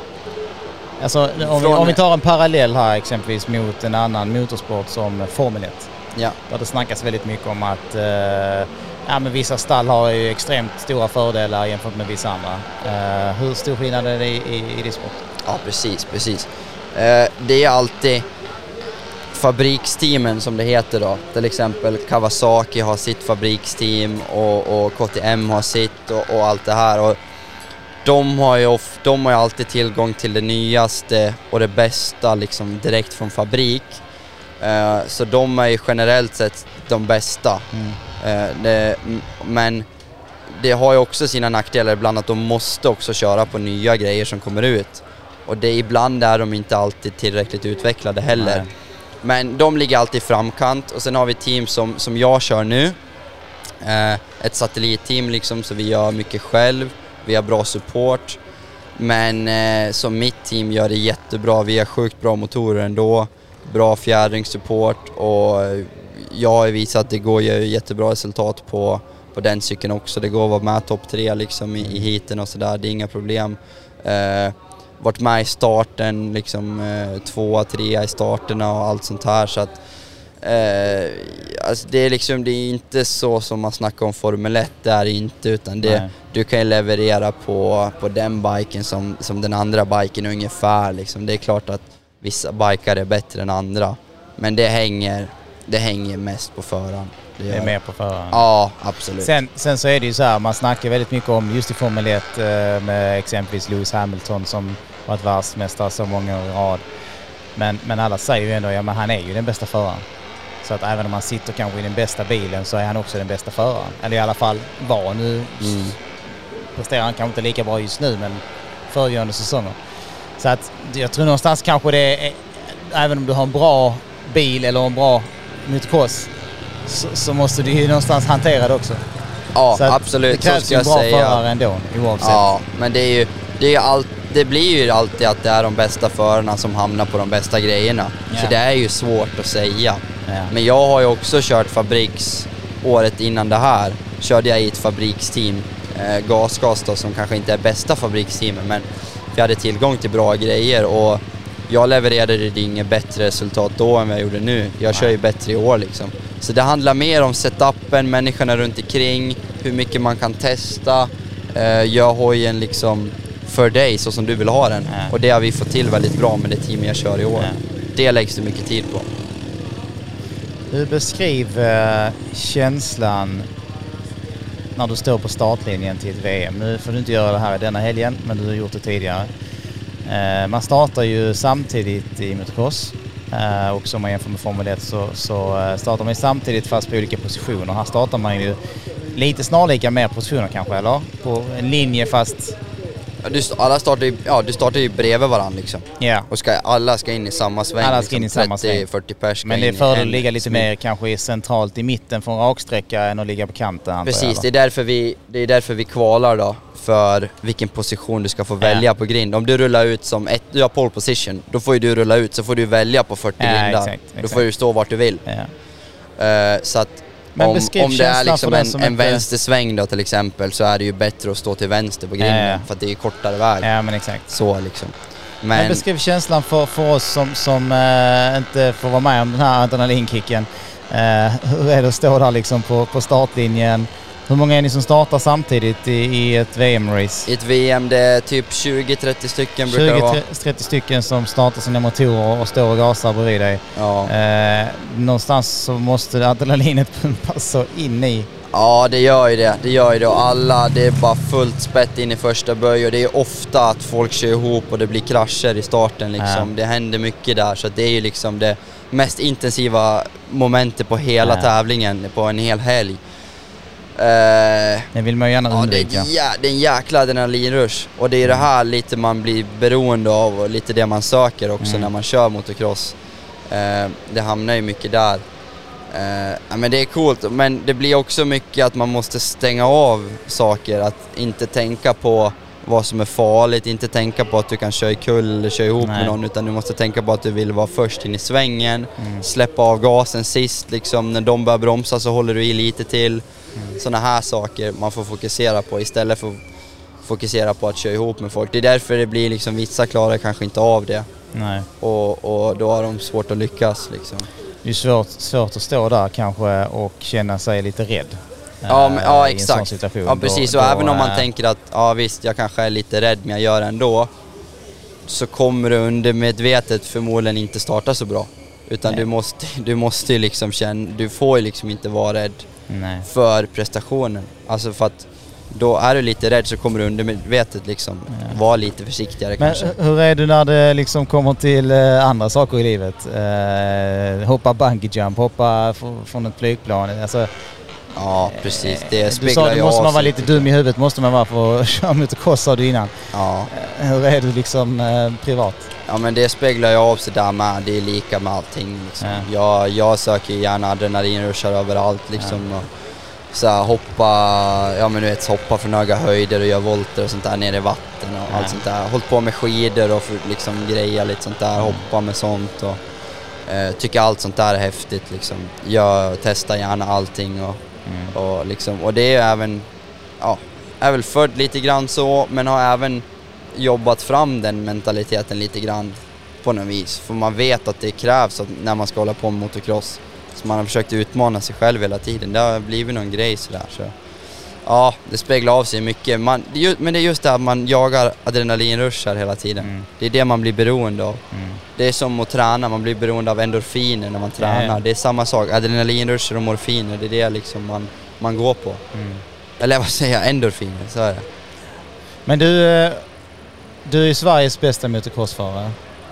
Alltså om vi, om vi tar en parallell här exempelvis mot en annan motorsport som Formel ett.
Ja.
Där det snackas väldigt mycket om att eh, ja, men vissa stall har ju extremt stora fördelar jämfört med vissa andra. Uh, hur stor skillnad är det i, i, i disport?
Ja, precis, precis. Uh, det är alltid fabriksteamen som det heter då. Till exempel Kawasaki har sitt fabriksteam och, och K T M har sitt och, och allt det här. Och de har ju of, de har ju alltid tillgång till det nyaste och det bästa liksom direkt från fabrik. Uh, så de är ju generellt sett de bästa. Mm. Uh, det, men det har ju också sina nackdelar ibland, att de måste också köra på nya grejer som kommer ut. Och det ibland är de inte alltid tillräckligt utvecklade heller. Nej. Men de ligger alltid i framkant. Och sen har vi team som, som jag kör nu. Uh, ett satellitteam liksom, så vi gör mycket själv. Vi har bra support. Men uh, som mitt team gör det jättebra. Vi har sjukt bra motorer ändå. Bra fjädringssupport, och jag har visat att det går ju jättebra resultat på, på den cykeln också. Det går att vara med topp tre liksom i, i heaten och sådär, det är inga problem. Eh, varit med i starten, liksom eh, två, tre i starterna och allt sånt här, så att eh, alltså det är liksom, det är inte så som man snackar om Formel ett, det är inte, utan det, du kan ju leverera på, på den biken som, som den andra biken ungefär liksom. Det är klart att vissa bikar är bättre än andra, men det hänger, det hänger mest på föraren.
Det, det är mer på föraren?
Ja, absolut.
Sen, sen så är det ju så här, man snackar väldigt mycket om just i Formel ett med exempelvis Lewis Hamilton som varit världsmästare så många år i rad. Men, men alla säger ju ändå, ja men han är ju den bästa föraren. Så att även om han sitter kanske i den bästa bilen så är han också den bästa föraren. Eller i alla fall var nu. Mm. Presterar han kanske inte lika bra just nu, men föregående säsonger. Så att jag tror någonstans kanske det är, även om du har en bra bil eller en bra motocross, så, så måste du ju någonstans hantera det också.
Ja,
så
absolut.
Det krävs ju en bra säga. förare ändå, oavsett.
Ja, men det är ju, det är allt, det blir ju alltid att det är de bästa förarna som hamnar på de bästa grejerna. Ja. Så det är ju svårt att säga. Ja. Men jag har ju också kört fabriks året innan det här. Körde jag i ett fabriksteam, eh, Gasgas då, som kanske inte är bästa fabriksteamet, men vi hade tillgång till bra grejer och jag levererade det inget bättre resultat då än vad jag gjorde nu. Jag kör ju bättre i år liksom. Så det handlar mer om setupen, människorna runt omkring, hur mycket man kan testa, eh, gör hojen liksom för dig så som du vill ha den. Ja. Och det har vi fått till väldigt bra med det team jag kör i år. Ja. Det läggs det mycket tid på.
Du beskriver känslan när du står på startlinjen till ett V M. Nu får du inte göra det här i denna helgen, men du har gjort det tidigare. Eh, man startar ju samtidigt i motocross. Eh, och som man jämför med Formel ett så, så startar man samtidigt fast på olika positioner. Här startar man ju lite snarlika mer positioner kanske, eller? På en linje fast
Du, alla startar ju, ja, du startar ju bredvid varandra liksom.
Ja.
Och ska, alla ska in i samma sväng.
Alla ska
liksom,
in i samma sväng.
trettio fyrtio pers.
Men det är fördel att ligga lite mer kanske centralt i mitten från raksträcka än att ligga på kanten.
Precis, det är, därför vi, det är därför vi kvalar då. För vilken position du ska få välja ja. på grind. Om du rullar ut som ett, du har pole position, då får ju du rulla ut, så får du välja på fyrtio ja, grindar. Exakt, exakt. Då får du stå vart du vill. Ja. Uh, så att Men om, om det är liksom en, en inte... vänstersväng då till exempel, så är det ju bättre att stå till vänster på grinden. Ja, ja. För att det är kortare väg.
Ja, men exakt.
Så liksom.
Men, men beskriv känslan för, för oss som, som uh, inte får vara med om den här adrenalinkicken. Uh, hur är det att stå där liksom på, på startlinjen? Hur många är ni som startar samtidigt i, i ett V M-race?
I ett V M det är typ tjugo trettio stycken brukar det vara.
tjugo trettio stycken som startar sina motorer och står och gasar bredvid dig.
Ja.
Eh, någonstans så måste adrenalinet pumpas så in i.
Ja, det gör ju det. Det gör ju det. Och alla, det är bara fullt spett in i första böj. Och det är ofta att folk kör ihop och det blir krascher i starten. Liksom. Ja. Det händer mycket där. Så det är ju liksom det mest intensiva momentet på hela ja. tävlingen på en hel helg.
Uh, det vill man ju gärna undvika.
Ja, det, är, det är en jäkla adrenalinrush. Och det är det här lite man blir beroende av och lite det man söker också mm. när man kör motocross. Uh, det hamnar ju mycket där. Uh, ja, men det är coolt, men det blir också mycket att man måste stänga av saker. Att inte tänka på vad som är farligt, inte tänka på att du kan köra i kull eller köra ihop Nej. med någon, utan du måste tänka på att du vill vara först in i svängen. Mm. Släppa av gasen sist, liksom, när de börjar bromsa så håller du i lite till. Mm. Sådana här saker man får fokusera på istället för att fokusera på att köra ihop med folk. Det är därför det blir liksom, vissa klarar kanske inte av det.
Nej.
Och, och då har de svårt att lyckas liksom.
Det är svårt, svårt att stå där kanske och känna sig lite rädd.
Ja, men, ja exakt. Ja, precis.
Då,
och
då,
även om man
äh...
tänker att ja visst, jag kanske är lite rädd men jag gör det ändå, så kommer du undermedvetet förmodligen inte starta så bra. Utan Nej. du måste du måste ju liksom känna, du får ju liksom inte vara rädd
Nej.
för prestationen. Alltså för att då är du lite rädd så kommer du undermedvetet liksom ja. vara lite försiktigare.
Men
kanske.
Hur är du när det liksom kommer till eh, andra saker i livet? Eh, hoppa bungee jump, hoppa f- från ett flygplan. Alltså,
ja, precis. Det
speglar ju av. Du sa, måste man vara lite dum i huvudet, måste man vara för att köra motocross, sa du innan.
Ja.
Hur är du liksom eh, privat?
Ja, men det speglar ju av sig där med. Det är lika med allting. Liksom. Ja. Jag, jag söker gärna adrenalinrushar överallt liksom. Ja. Och så här, hoppa, ja men du vet, hoppa från höga höjder och göra volter och sånt där nere i vatten och ja. allt sånt där. Hållit på med skidor och liksom greja lite sånt där, mm. hoppa med sånt och eh, tycker allt sånt där är häftigt liksom. Jag testar gärna allting och Mm. Och, liksom, och det är även, ja, är väl född lite grann så, men har även jobbat fram den mentaliteten lite grann på något vis. För man vet att det krävs att när man ska hålla på med motocross. Så man har försökt utmana sig själv hela tiden. Det har blivit någon grej sådär. Så. Ja, det speglar av sig mycket. Man, det just, men det är just det att man jagar adrenalinrushar hela tiden. Mm. Det är det man blir beroende av. Mm. Det är som att träna, man blir beroende av endorfiner när man tränar. Ja, ja. Det är samma sak, adrenalinrusher och morfiner, det är det liksom man, man går på. Mm. Eller vad säger jag, endorfiner, så är det.
Men du, du är Sveriges bästa motocrossförare.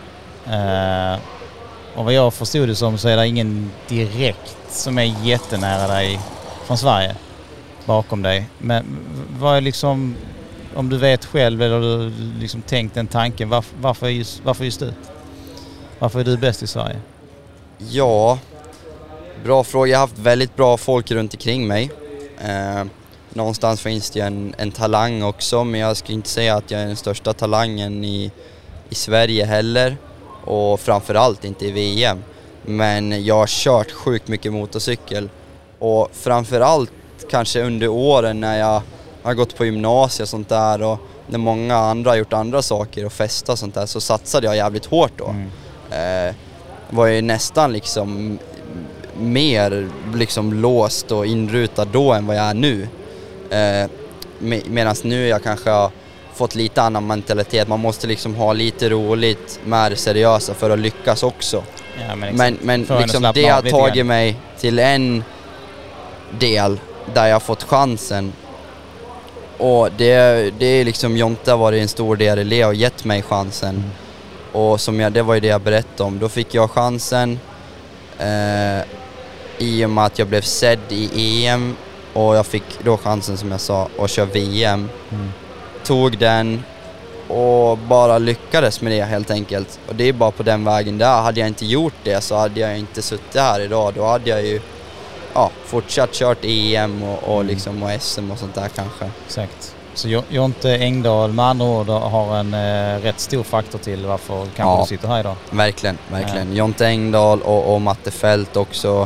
Uh, och vad jag förstod det som så är det ingen direkt som är jättenära dig från Sverige bakom dig. Men vad är liksom, om du vet själv eller du liksom tänkt den tanken, varför, varför, just, varför just du? Varför är du bäst i Sverige?
Ja, bra fråga. Jag har haft väldigt bra folk runt omkring mig. Eh, någonstans finns det en, en talang också, men jag skulle inte säga att jag är den största talangen i, i Sverige heller. Och framförallt inte i V M. Men jag har kört sjukt mycket motorcykel. Och framförallt kanske under åren när jag har gått på gymnasiet och sånt där, och när många andra har gjort andra saker och festat och sånt där, så satsade jag jävligt hårt då. Mm. Eh, var ju nästan liksom mer liksom låst och inrutad då än vad jag är nu. Eh, med, medan nu jag kanske har fått lite annan mentalitet. Man måste liksom ha lite roligt med det seriösa för att lyckas också. Ja, men men, men liksom det har tagit mig till en del där jag har fått chansen. Och det, det är liksom, Jonte har varit en stor del i det och gett mig chansen. Mm. Och som jag, det var ju det jag berättade om. Då fick jag chansen eh, i och med att jag blev sedd i E M. Och jag fick då chansen, som jag sa, att köra V M. Mm. Tog den och bara lyckades med det helt enkelt. Och det är bara på den vägen där. Hade jag inte gjort det så hade jag inte suttit här idag. Då hade jag ju ja, fortsatt kört E M och, och, liksom, och S M och sånt där kanske.
Exakt. Så Jonte Engdahl med andra ord har en eh, rätt stor faktor till varför kanske ja, du sitter här idag.
Verkligen, verkligen. Ja. Jonte Engdahl och, och Matte Fält också.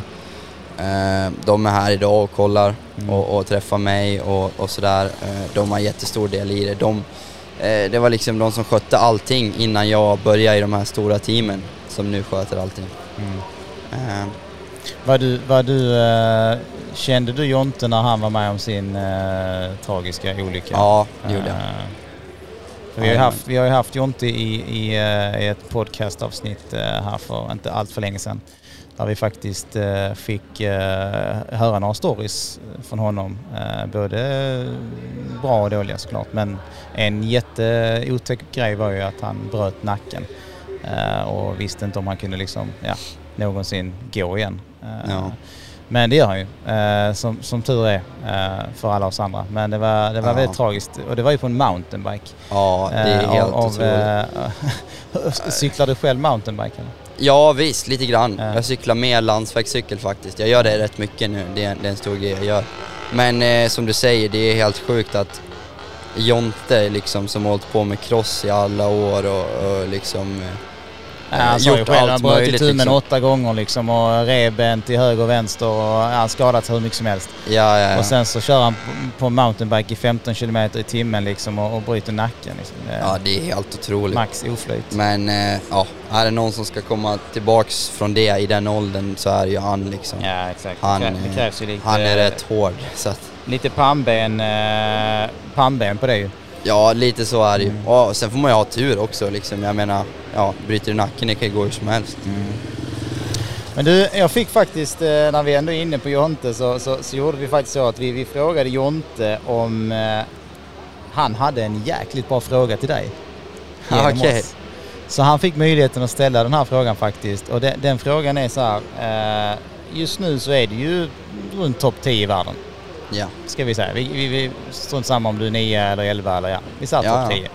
Eh, de är här idag och kollar mm. och, och träffar mig och, och sådär. Eh, de har jättestor del i det. De, eh, det var liksom de som skötte allting innan jag började i de här stora teamen som nu sköter allting. Mm.
Eh. Vad du, vad du, eh, kände du Jonte när han var med om sin eh, tragiska olycka?
Ja, det gjorde jag. Eh,
för vi, har ju haft, vi har ju haft Jonte i, i, i ett podcastavsnitt eh, här för inte allt för länge sedan. Där vi faktiskt eh, fick eh, höra några stories från honom. Eh, både bra och dåliga såklart. Men en jätteotäck grej var ju att han bröt nacken. Eh, och visste inte om han kunde liksom, ja, någonsin gå igen. Eh, ja. Men det gör han ju, eh, som, som tur är eh, för alla oss andra. Men det var, det var ja. väldigt tragiskt. Och det var ju på en mountainbike.
Ja, det är eh, helt av, otroligt.
Eh, cyklar du själv mountainbike eller?
Ja visst, lite grann. Ja. Jag cyklar mer landsvägscykel faktiskt. Jag gör det rätt mycket nu, det är, det är en stor grej jag gör. Men eh, som du säger, det är helt sjukt att Jonte liksom, som har hållit på med cross i alla år och, och liksom...
Ja, han sa ju själv, han bröt i tummen liksom. åtta gånger liksom och revben till höger och vänster och han skadat hur mycket som helst.
Ja, ja, ja.
Och sen så kör han på mountainbike i femton kilometer i timmen liksom och, och bryter nacken. Liksom. Det
ja, det är helt otroligt.
Max oflyt.
Men eh, ja, är det någon som ska komma tillbaks från det i den åldern så är det ju han liksom.
Ja, exakt.
Han,
det krävs ju lite,
han är rätt hård. Så att.
Lite pannben, eh, pannben på det ju.
Ja, lite så är det ju. Mm. Och sen får man ju ha tur också liksom. Jag menar, ja, bryter du nacken, det kan ju gå hur som helst. Mm.
Men du, jag fick faktiskt, när vi ändå är inne på Jonte så, så, så gjorde vi faktiskt så att vi, vi frågade Jonte om eh, han hade en jäkligt bra fråga till dig.
Ja, okej. Okay.
Så han fick möjligheten att ställa den här frågan faktiskt. Och den, den frågan är så här, eh, just nu så är det ju runt topp tio i världen.
Ja.
Ska vi säga. Vi, vi, vi står inte samma om du är nio eller elva eller ja. Vi satt
ja,
topp tio.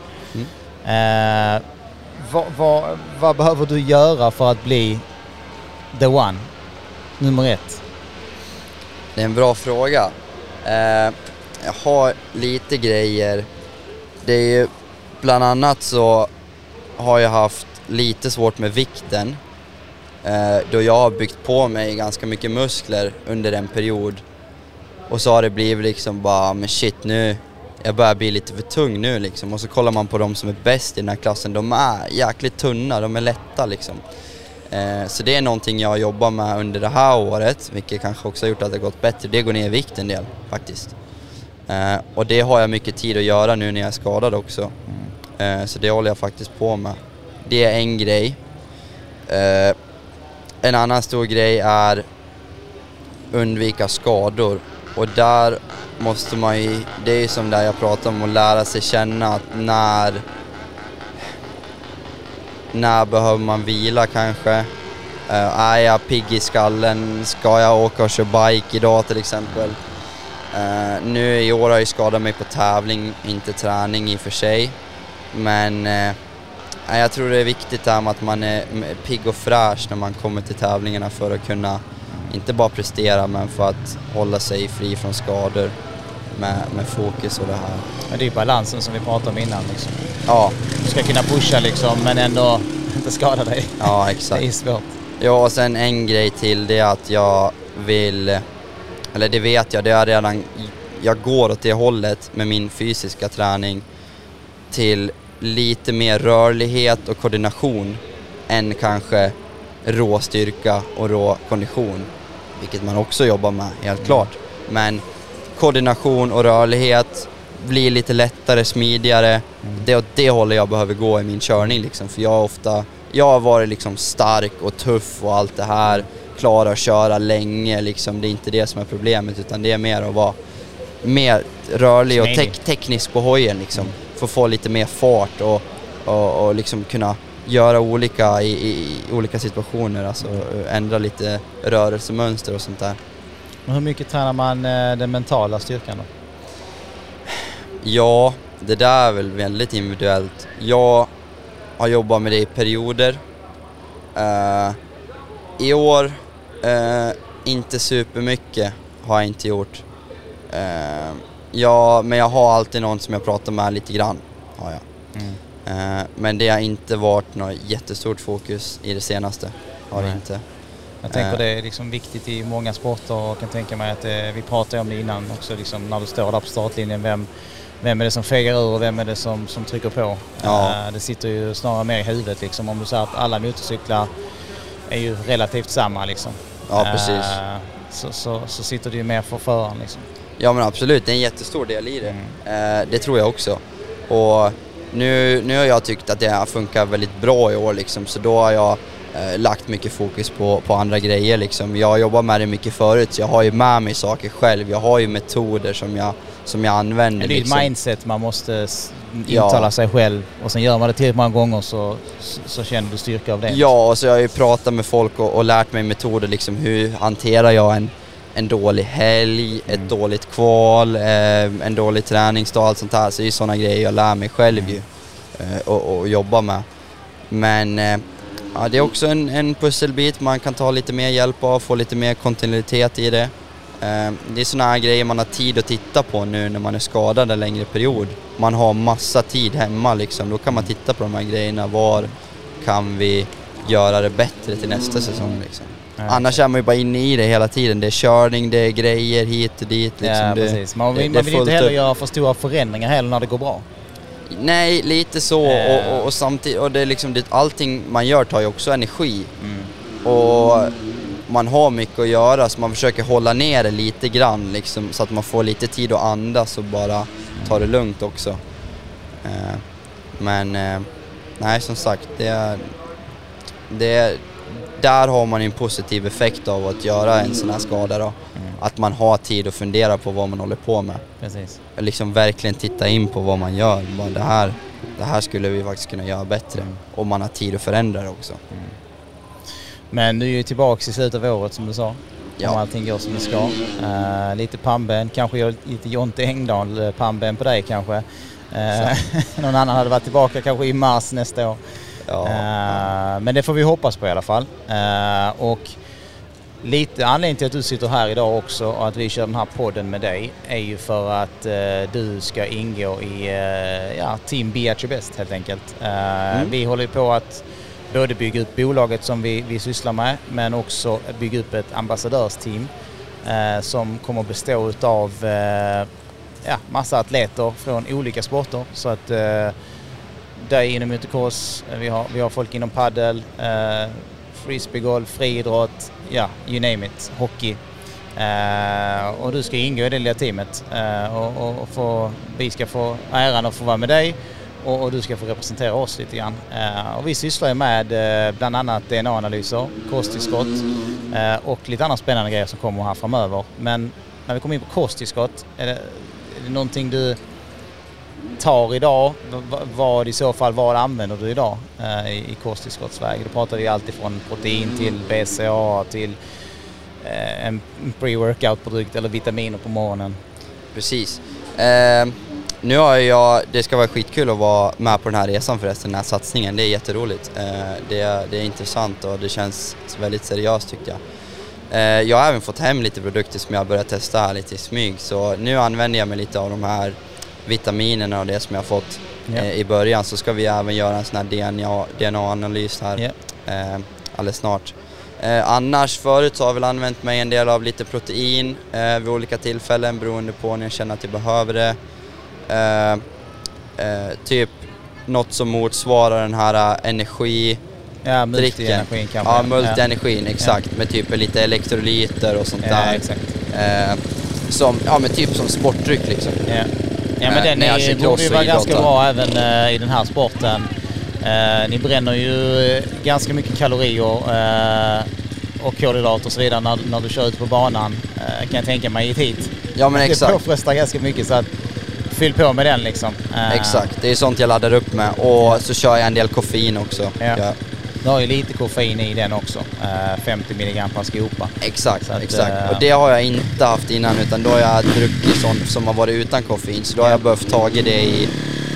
Mm.
Eh, vad, vad, vad behöver du göra för att bli the one? Nummer ett.
Det är en bra fråga. Eh, jag har lite grejer. Det är ju bland annat så har jag haft lite svårt med vikten. Eh, då jag har byggt på mig ganska mycket muskler under en period. Och så har det blivit liksom bara, men shit nu, jag börjar bli lite för tung nu liksom. Och så kollar man på de som är bäst i den här klassen, de är jäkligt tunna, de är lätta liksom. Eh, så det är någonting jag jobbar med under det här året, vilket kanske också har gjort att det har gått bättre. Det går ner i vikt en del faktiskt. Eh, och det har jag mycket tid att göra nu när jag är skadad också. Eh, så det håller jag faktiskt på med. Det är en grej. Eh, en annan stor grej är undvika skador. Och där måste man ju, det är som där jag pratar om, att lära sig känna att när när behöver man vila kanske. Uh, är jag pigg i skallen? Ska jag åka och köra bike idag till exempel? Uh, nu i år har jag skadat mig på tävling, inte träning i och för sig. Men uh, jag tror det är viktigt där med att man är pigg och fräsch när man kommer till tävlingarna för att kunna inte bara prestera, men för att hålla sig fri från skador med, med fokus och det här.
Men det är ju balansen som vi pratade om innan liksom.
Ja.
Du ska kunna pusha liksom, men ändå inte skada dig.
Ja, exakt.
Det är svårt.
Ja, och sen en grej till, det är att jag vill, eller det vet jag, det är redan, jag går åt det hållet med min fysiska träning till lite mer rörlighet och koordination än kanske rå styrka och rå kondition. Vilket man också jobbar med, helt klart. Men koordination och rörlighet blir lite lättare, smidigare. Mm. Det är åt det hållet jag behöver gå i min körning. Liksom. För jag, ofta, jag har varit liksom stark och tuff och allt det här. Klara att köra länge. Liksom. Det är inte det som är problemet, utan det är mer att vara mer rörlig och te- teknisk på hojen. Liksom. För att få lite mer fart och, och, och liksom kunna göra olika i, i olika situationer, alltså ändra lite rörelsemönster och sånt där.
Och hur mycket tränar man den mentala styrkan då?
Ja, det där är väl väldigt individuellt. Jag har jobbat med det i perioder. Uh, I år, uh, inte supermycket har jag inte gjort. Uh, ja, men jag har alltid någon som jag pratar med lite grann. Har jag. Mm. Uh, men det har inte varit något jättestort fokus i det senaste. Har det inte.
Jag tänker uh, det är liksom viktigt i många sporter och kan tänka mig att det, vi pratade om det innan också, liksom, när du står där på startlinjen, vem, vem är det som fegar ur och vem är det som, som trycker på. Ja. Uh, det sitter ju snarare mer i huvudet liksom, om du säger att alla motorcyklar är ju relativt samma liksom.
Ja, precis.
Uh, så, så, så sitter det ju mer för föraren liksom.
Ja, men absolut, det är en jättestor del i det. Mm. Uh, det tror jag också. Och nu, nu har jag tyckt att det funkar väldigt bra i år liksom, så då har jag eh, lagt mycket fokus på, på andra grejer liksom. Jag jobbar med det mycket förut, så jag har ju med mig saker själv. Jag har ju metoder som jag, som jag använder.
Det är liksom ett mindset man måste intala ja. sig själv, och sen gör man det tillräckligt många gånger så, så, så känner du styrka av det.
Ja, och så har jag ju pratat med folk och, och lärt mig metoder liksom, hur hanterar jag en en dålig helg, ett mm. dåligt kval, eh, en dålig träningsdag, allt sånt här. Så det är ju sådana grejer jag lär mig själv ju eh, och, och jobba med. Men eh, ja, det är också en, en pusselbit man kan ta lite mer hjälp av, få lite mer kontinuitet i det. Eh, det är sådana här grejer man har tid att titta på nu när man är skadad en längre period. Man har massa tid hemma liksom, då kan man titta på de här grejerna. Var kan vi göra det bättre till nästa säsong liksom? Ja, annars är man ju bara inne i det hela tiden. Det är körning, det är grejer hit och dit. Liksom.
Ja,
det,
precis. Man, det, man det vill inte heller upp. göra för stora förändringar heller när det går bra.
Nej, lite så. Äh. Och, och, och samtidigt, och det är liksom, det, allting man gör tar ju också energi. Mm. Och man har mycket att göra, så man försöker hålla ner det lite grann. Liksom, så att man får lite tid att andas och bara ta det lugnt också. Uh, men, uh, nej som sagt, det är... Det är där har man en positiv effekt av att göra en sån här skada då. Mm. Att man har tid att fundera på vad man håller på med.
Precis.
Liksom verkligen titta in på vad man gör. Bara det, här, det här skulle vi faktiskt kunna göra bättre. Mm. Och man har tid att förändra det också. Mm.
Men du är ju tillbaka i slutet av året som du sa. Ja. Om allting går som det ska. Uh, lite pannben, kanske gör lite Jonte Engdahl pannben på dig kanske. Uh, någon annan hade varit tillbaka kanske i mars nästa år. Ja. Uh, men det får vi hoppas på i alla fall. Uh, och lite anledning till att du sitter här idag också och att vi kör den här podden med dig är ju för att uh, du ska ingå i uh, ja, Team Be At Your Best helt enkelt. Uh, mm. Vi håller på att både bygga upp bolaget som vi, vi sysslar med, men också bygga upp ett ambassadörsteam uh, som kommer att bestå av uh, ja, massa atleter från olika sporter. Så att uh, dig inom motocross, vi har, vi har folk inom paddel, eh, frisbeegolf, friidrott, ja, you name it, hockey. Eh, och du ska ingå i det lilla teamet eh, och, och, och få, vi ska få äran att få vara med dig och, och du ska få representera oss lite grann. Eh, och vi sysslar med eh, bland annat D N A-analyser, kosttillskott eh, och lite andra spännande grejer som kommer här framöver. Men när vi kommer in på kosttillskott, är det, är det någonting du tar idag, vad i så fall, vad använder du idag eh, i, i kosttillskottsväg? Då pratar vi alltid från protein till B C A A till eh, en pre-workout-produkt eller vitaminer på morgonen.
Precis. Eh, nu har jag, det ska vara skitkul att vara med på den här resan förresten, den här satsningen. Det är jätteroligt. Eh, det, är, det är intressant och det känns väldigt seriöst tyckte jag. Eh, jag har även fått hem lite produkter som jag börjat testa här lite i smyg, så nu använder jag mig lite av de här vitaminerna och det som jag fått ja. eh, i början. Så ska vi även göra en sån här D N A-analys här ja. eh, alldeles snart. Eh, annars förut så har jag väl använt mig en del av lite protein eh, vid olika tillfällen beroende på när jag känner att jag behöver det. Eh, eh, typ något som motsvarar den här energi
Ja, multi-energin kanske.
Ja, multi-energin, exakt. Ja. Med typ lite elektrolyter och sånt
ja,
där.
Exakt.
Eh, som, ja, men typ som sportdryck liksom.
Ja. Ja, men den är, borde ju vara ganska bra även uh, i den här sporten. Uh, ni bränner ju uh, ganska mycket kalorier uh, och kolhydrater och så vidare när, när du kör ut på banan. Uh, kan jag tänka mig hit.
Ja, men exakt.
Det påfrestar ganska mycket, så att fyll på med den liksom. Uh,
exakt, det är sånt jag laddar upp med. Och så kör jag en del koffein också.
Ja. Ja. Du har ju lite koffein i den också, uh, femtio milligram per skopa.
Exakt, att, exakt. Uh, och det har jag inte haft innan, utan då har jag druckit sånt som har varit utan koffein. Så då har jag behövt tagit det i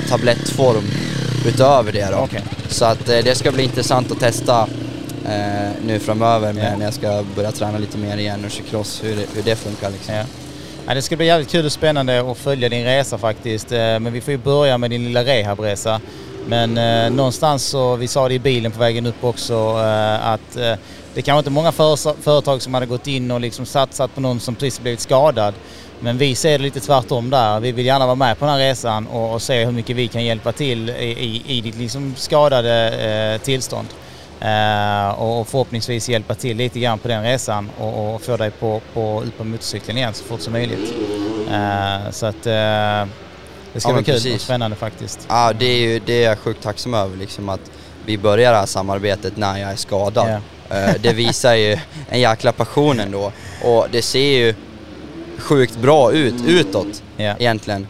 tablettform utöver det då.
Okay.
Så att eh, det ska bli intressant att testa eh, nu framöver med yeah. när jag ska börja träna lite mer igen och köra cross, hur det, hur det funkar liksom.
Yeah. Ja, det ska bli jävligt kul och spännande att följa din resa faktiskt. Eh, men vi får ju börja med din lilla rehabresa. Men eh, någonstans så, vi sa det i bilen på vägen upp också, eh, att eh, det kanske inte är många för, företag som hade gått in och liksom satsat på någon som precis blivit skadad. Men vi ser det lite tvärtom där. Vi vill gärna vara med på den här resan och, och se hur mycket vi kan hjälpa till i, i, i ditt liksom skadade eh, tillstånd. Eh, och förhoppningsvis hjälpa till lite grann på den resan och, och få dig på, på, ut på motorcykeln igen så fort som möjligt. Eh, så att... Eh, Det ska ja, vara kul precis. Och spännande faktiskt.
Ja, det är ju det är jag sjukt tacksam över liksom, att vi börjar det här samarbetet när jag är skadad. Yeah. Det visar ju en jäkla passion ändå. Och det ser ju sjukt bra ut utåt yeah. egentligen.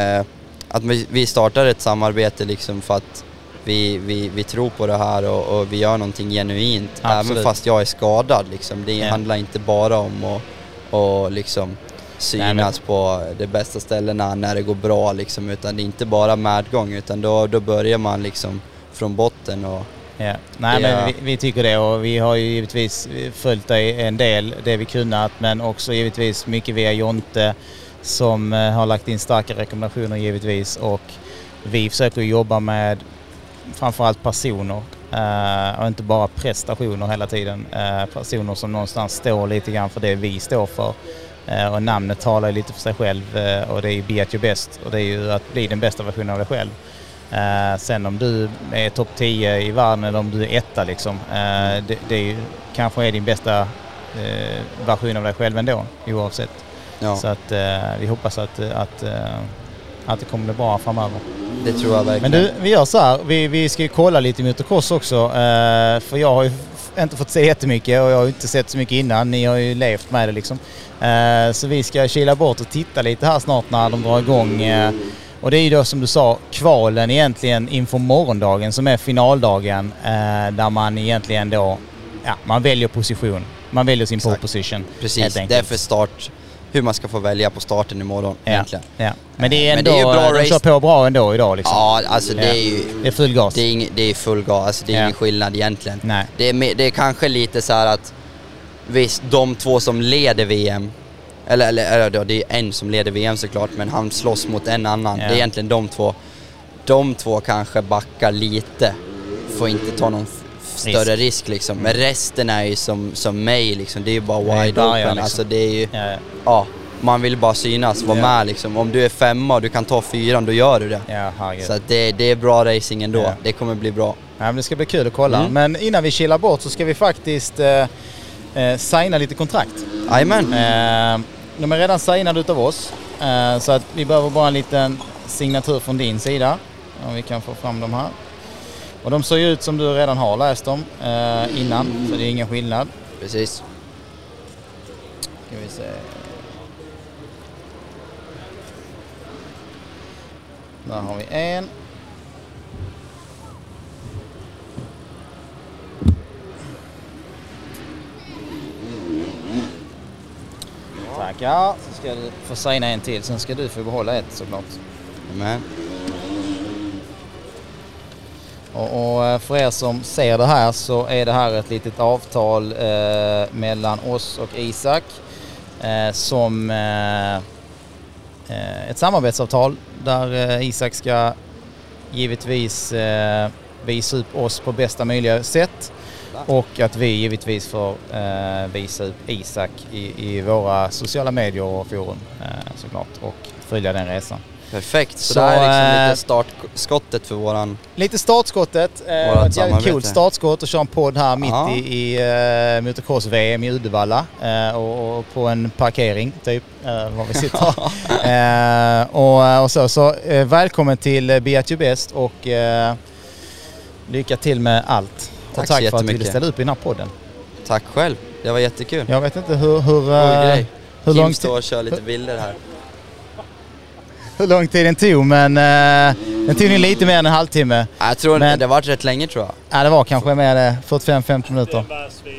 Att vi startar ett samarbete liksom för att vi, vi, vi tror på det här och, och vi gör någonting genuint. Absolut. Även fast jag är skadad liksom. Det yeah. handlar inte bara om att och liksom synas Nej, men... på de bästa ställena när det går bra liksom, utan det är inte bara medgång, utan då, då börjar man liksom från botten och
ja. Nej, det... men vi, vi tycker det, och vi har ju givetvis följt dig en del det vi kunnat, men också givetvis mycket via Jonte som uh, har lagt in starka rekommendationer givetvis, och vi försöker jobba med framförallt personer uh, och inte bara prestationer hela tiden, uh, personer som någonstans står lite grann för det vi står för. Uh, och namnet talar lite för sig själv, uh, och det är ju Be At Your Best, och det är ju att bli den bästa versionen av dig själv. Uh, sen om du är topp tio i världen eller om du är etta liksom, uh, det, det är ju, kanske är din bästa uh, version av dig själv ändå, oavsett. Ja. Så att uh, vi hoppas att, att, uh, att det kommer bli bra framöver.
Det tror jag verkligen.
Men du, vi gör så här, vi, vi ska ju kolla lite motocross också, uh, för jag har ju inte fått se jättemycket och jag har inte sett så mycket innan, ni har ju levt med det liksom. Uh, så vi ska kila bort och titta lite här snart när de drar igång. Uh, och det är ju då som du sa, kvalen egentligen inför morgondagen som är finaldagen, uh, där man egentligen då, ja, man väljer position. Man väljer sin pole position.
Precis, det är för start, hur man ska få välja på starten imorgon
ja,
egentligen.
Ja. Men det är ändå, men det är ju bra, de kör på bra ändå idag liksom.
Ja, alltså det är ju...
Det är full gas.
Det är, ing, det är full gas, alltså det är ja. ingen skillnad egentligen.
Nej.
Det är, det är kanske lite så här att visst, de två som leder V M, eller, eller, eller det är en som leder V M såklart, men han slåss mot en annan. Ja. Det är egentligen de två. De två kanske backar lite, får inte ta någon större risk, risk liksom. Men resten är ju som, som mig liksom. Det är ju bara wide open. Liksom. Alltså det är ju, ja, ja. ja, man vill bara synas, vara ja. med liksom. Om du är femma och du kan ta fyran, då gör du det.
Ja,
så att det, det är bra racing ändå. Ja. Det kommer bli bra.
Ja, men det ska bli kul att kolla. Mm. Men innan vi chillar bort så ska vi faktiskt eh, eh, signa lite kontrakt.
Amen.
Eh, de är redan signade utav oss. Eh, så att vi behöver bara en liten signatur från din sida. Om vi kan få fram dem här. Och de ser ju ut som du redan har läst dem eh, innan, så det är ingen skillnad.
Precis.
Ska vi se. Där har vi en. Tackar. Så ska du få signa en till, sen ska du få behålla ett såklart.
Amen.
Och, och för er som ser det här så är det här ett litet avtal eh, mellan oss och Isak eh, som eh, ett samarbetsavtal där eh, Isak ska givetvis eh, visa upp oss på bästa möjliga sätt, och att vi givetvis får eh, visa upp Isak i, i våra sociala medier och forum eh, såklart, och följa den resan.
Perfekt, så, så det här är liksom lite startskottet för våran...
Lite startskottet, eh, ett jävligt coolt startskott, och köra en podd här mitt Aha. i, i uh, motocross-V M i Uddevalla uh, och, och på en parkering typ, uh, var vi sitter. uh, och, och så, så uh, välkommen till Be At Your Best, och uh, lycka till med allt.
Tack,
och tack för att du
ville
ställa upp i den här podden.
Tack själv, det var jättekul.
Jag vet inte hur... hur, uh, hur
Kim står och kör lite bilder här.
Hur lång tid den tog, men uh, den tog lite mer än en halvtimme.
Jag tror men, det var rätt länge tror jag.
Ja, det var kanske mer fyrtiofem till femtio minuter.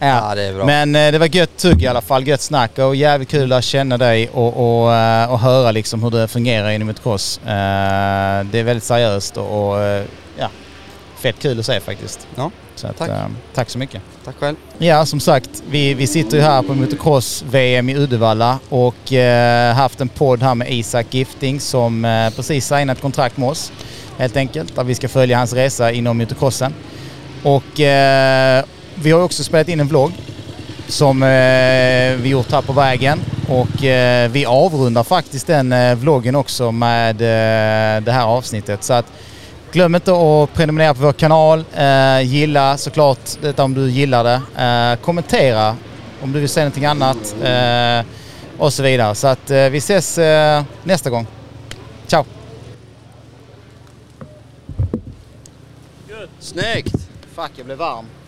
Ja, ja det är bra.
Men eh, det var gött tugg i alla fall, gött snack och jävligt kul att känna dig och, och, och, och höra liksom hur det fungerar inom motocross. Eh, det är väldigt seriöst och, och ja, fett kul att se faktiskt.
Ja,
så att,
tack.
Eh, tack så mycket.
Tack själv.
Ja, som sagt, vi, vi sitter ju här på motocross-V M i Uddevalla och eh, haft en podd här med Isak Gifting som eh, precis signat kontrakt med oss. Helt enkelt, där vi ska följa hans resa inom motocrossen. Och eh, vi har också spelat in en vlogg som eh, vi gjort här på vägen. Och eh, vi avrundar faktiskt den eh, vloggen också med eh, det här avsnittet. Så att glöm inte att prenumerera på vår kanal. Eh, gilla såklart detta om du gillar det. Eh, kommentera om du vill säga någonting annat. Eh, och så vidare. Så att eh, vi ses eh, nästa gång. Ciao!
Snyggt!
Fuck, jag blev varm.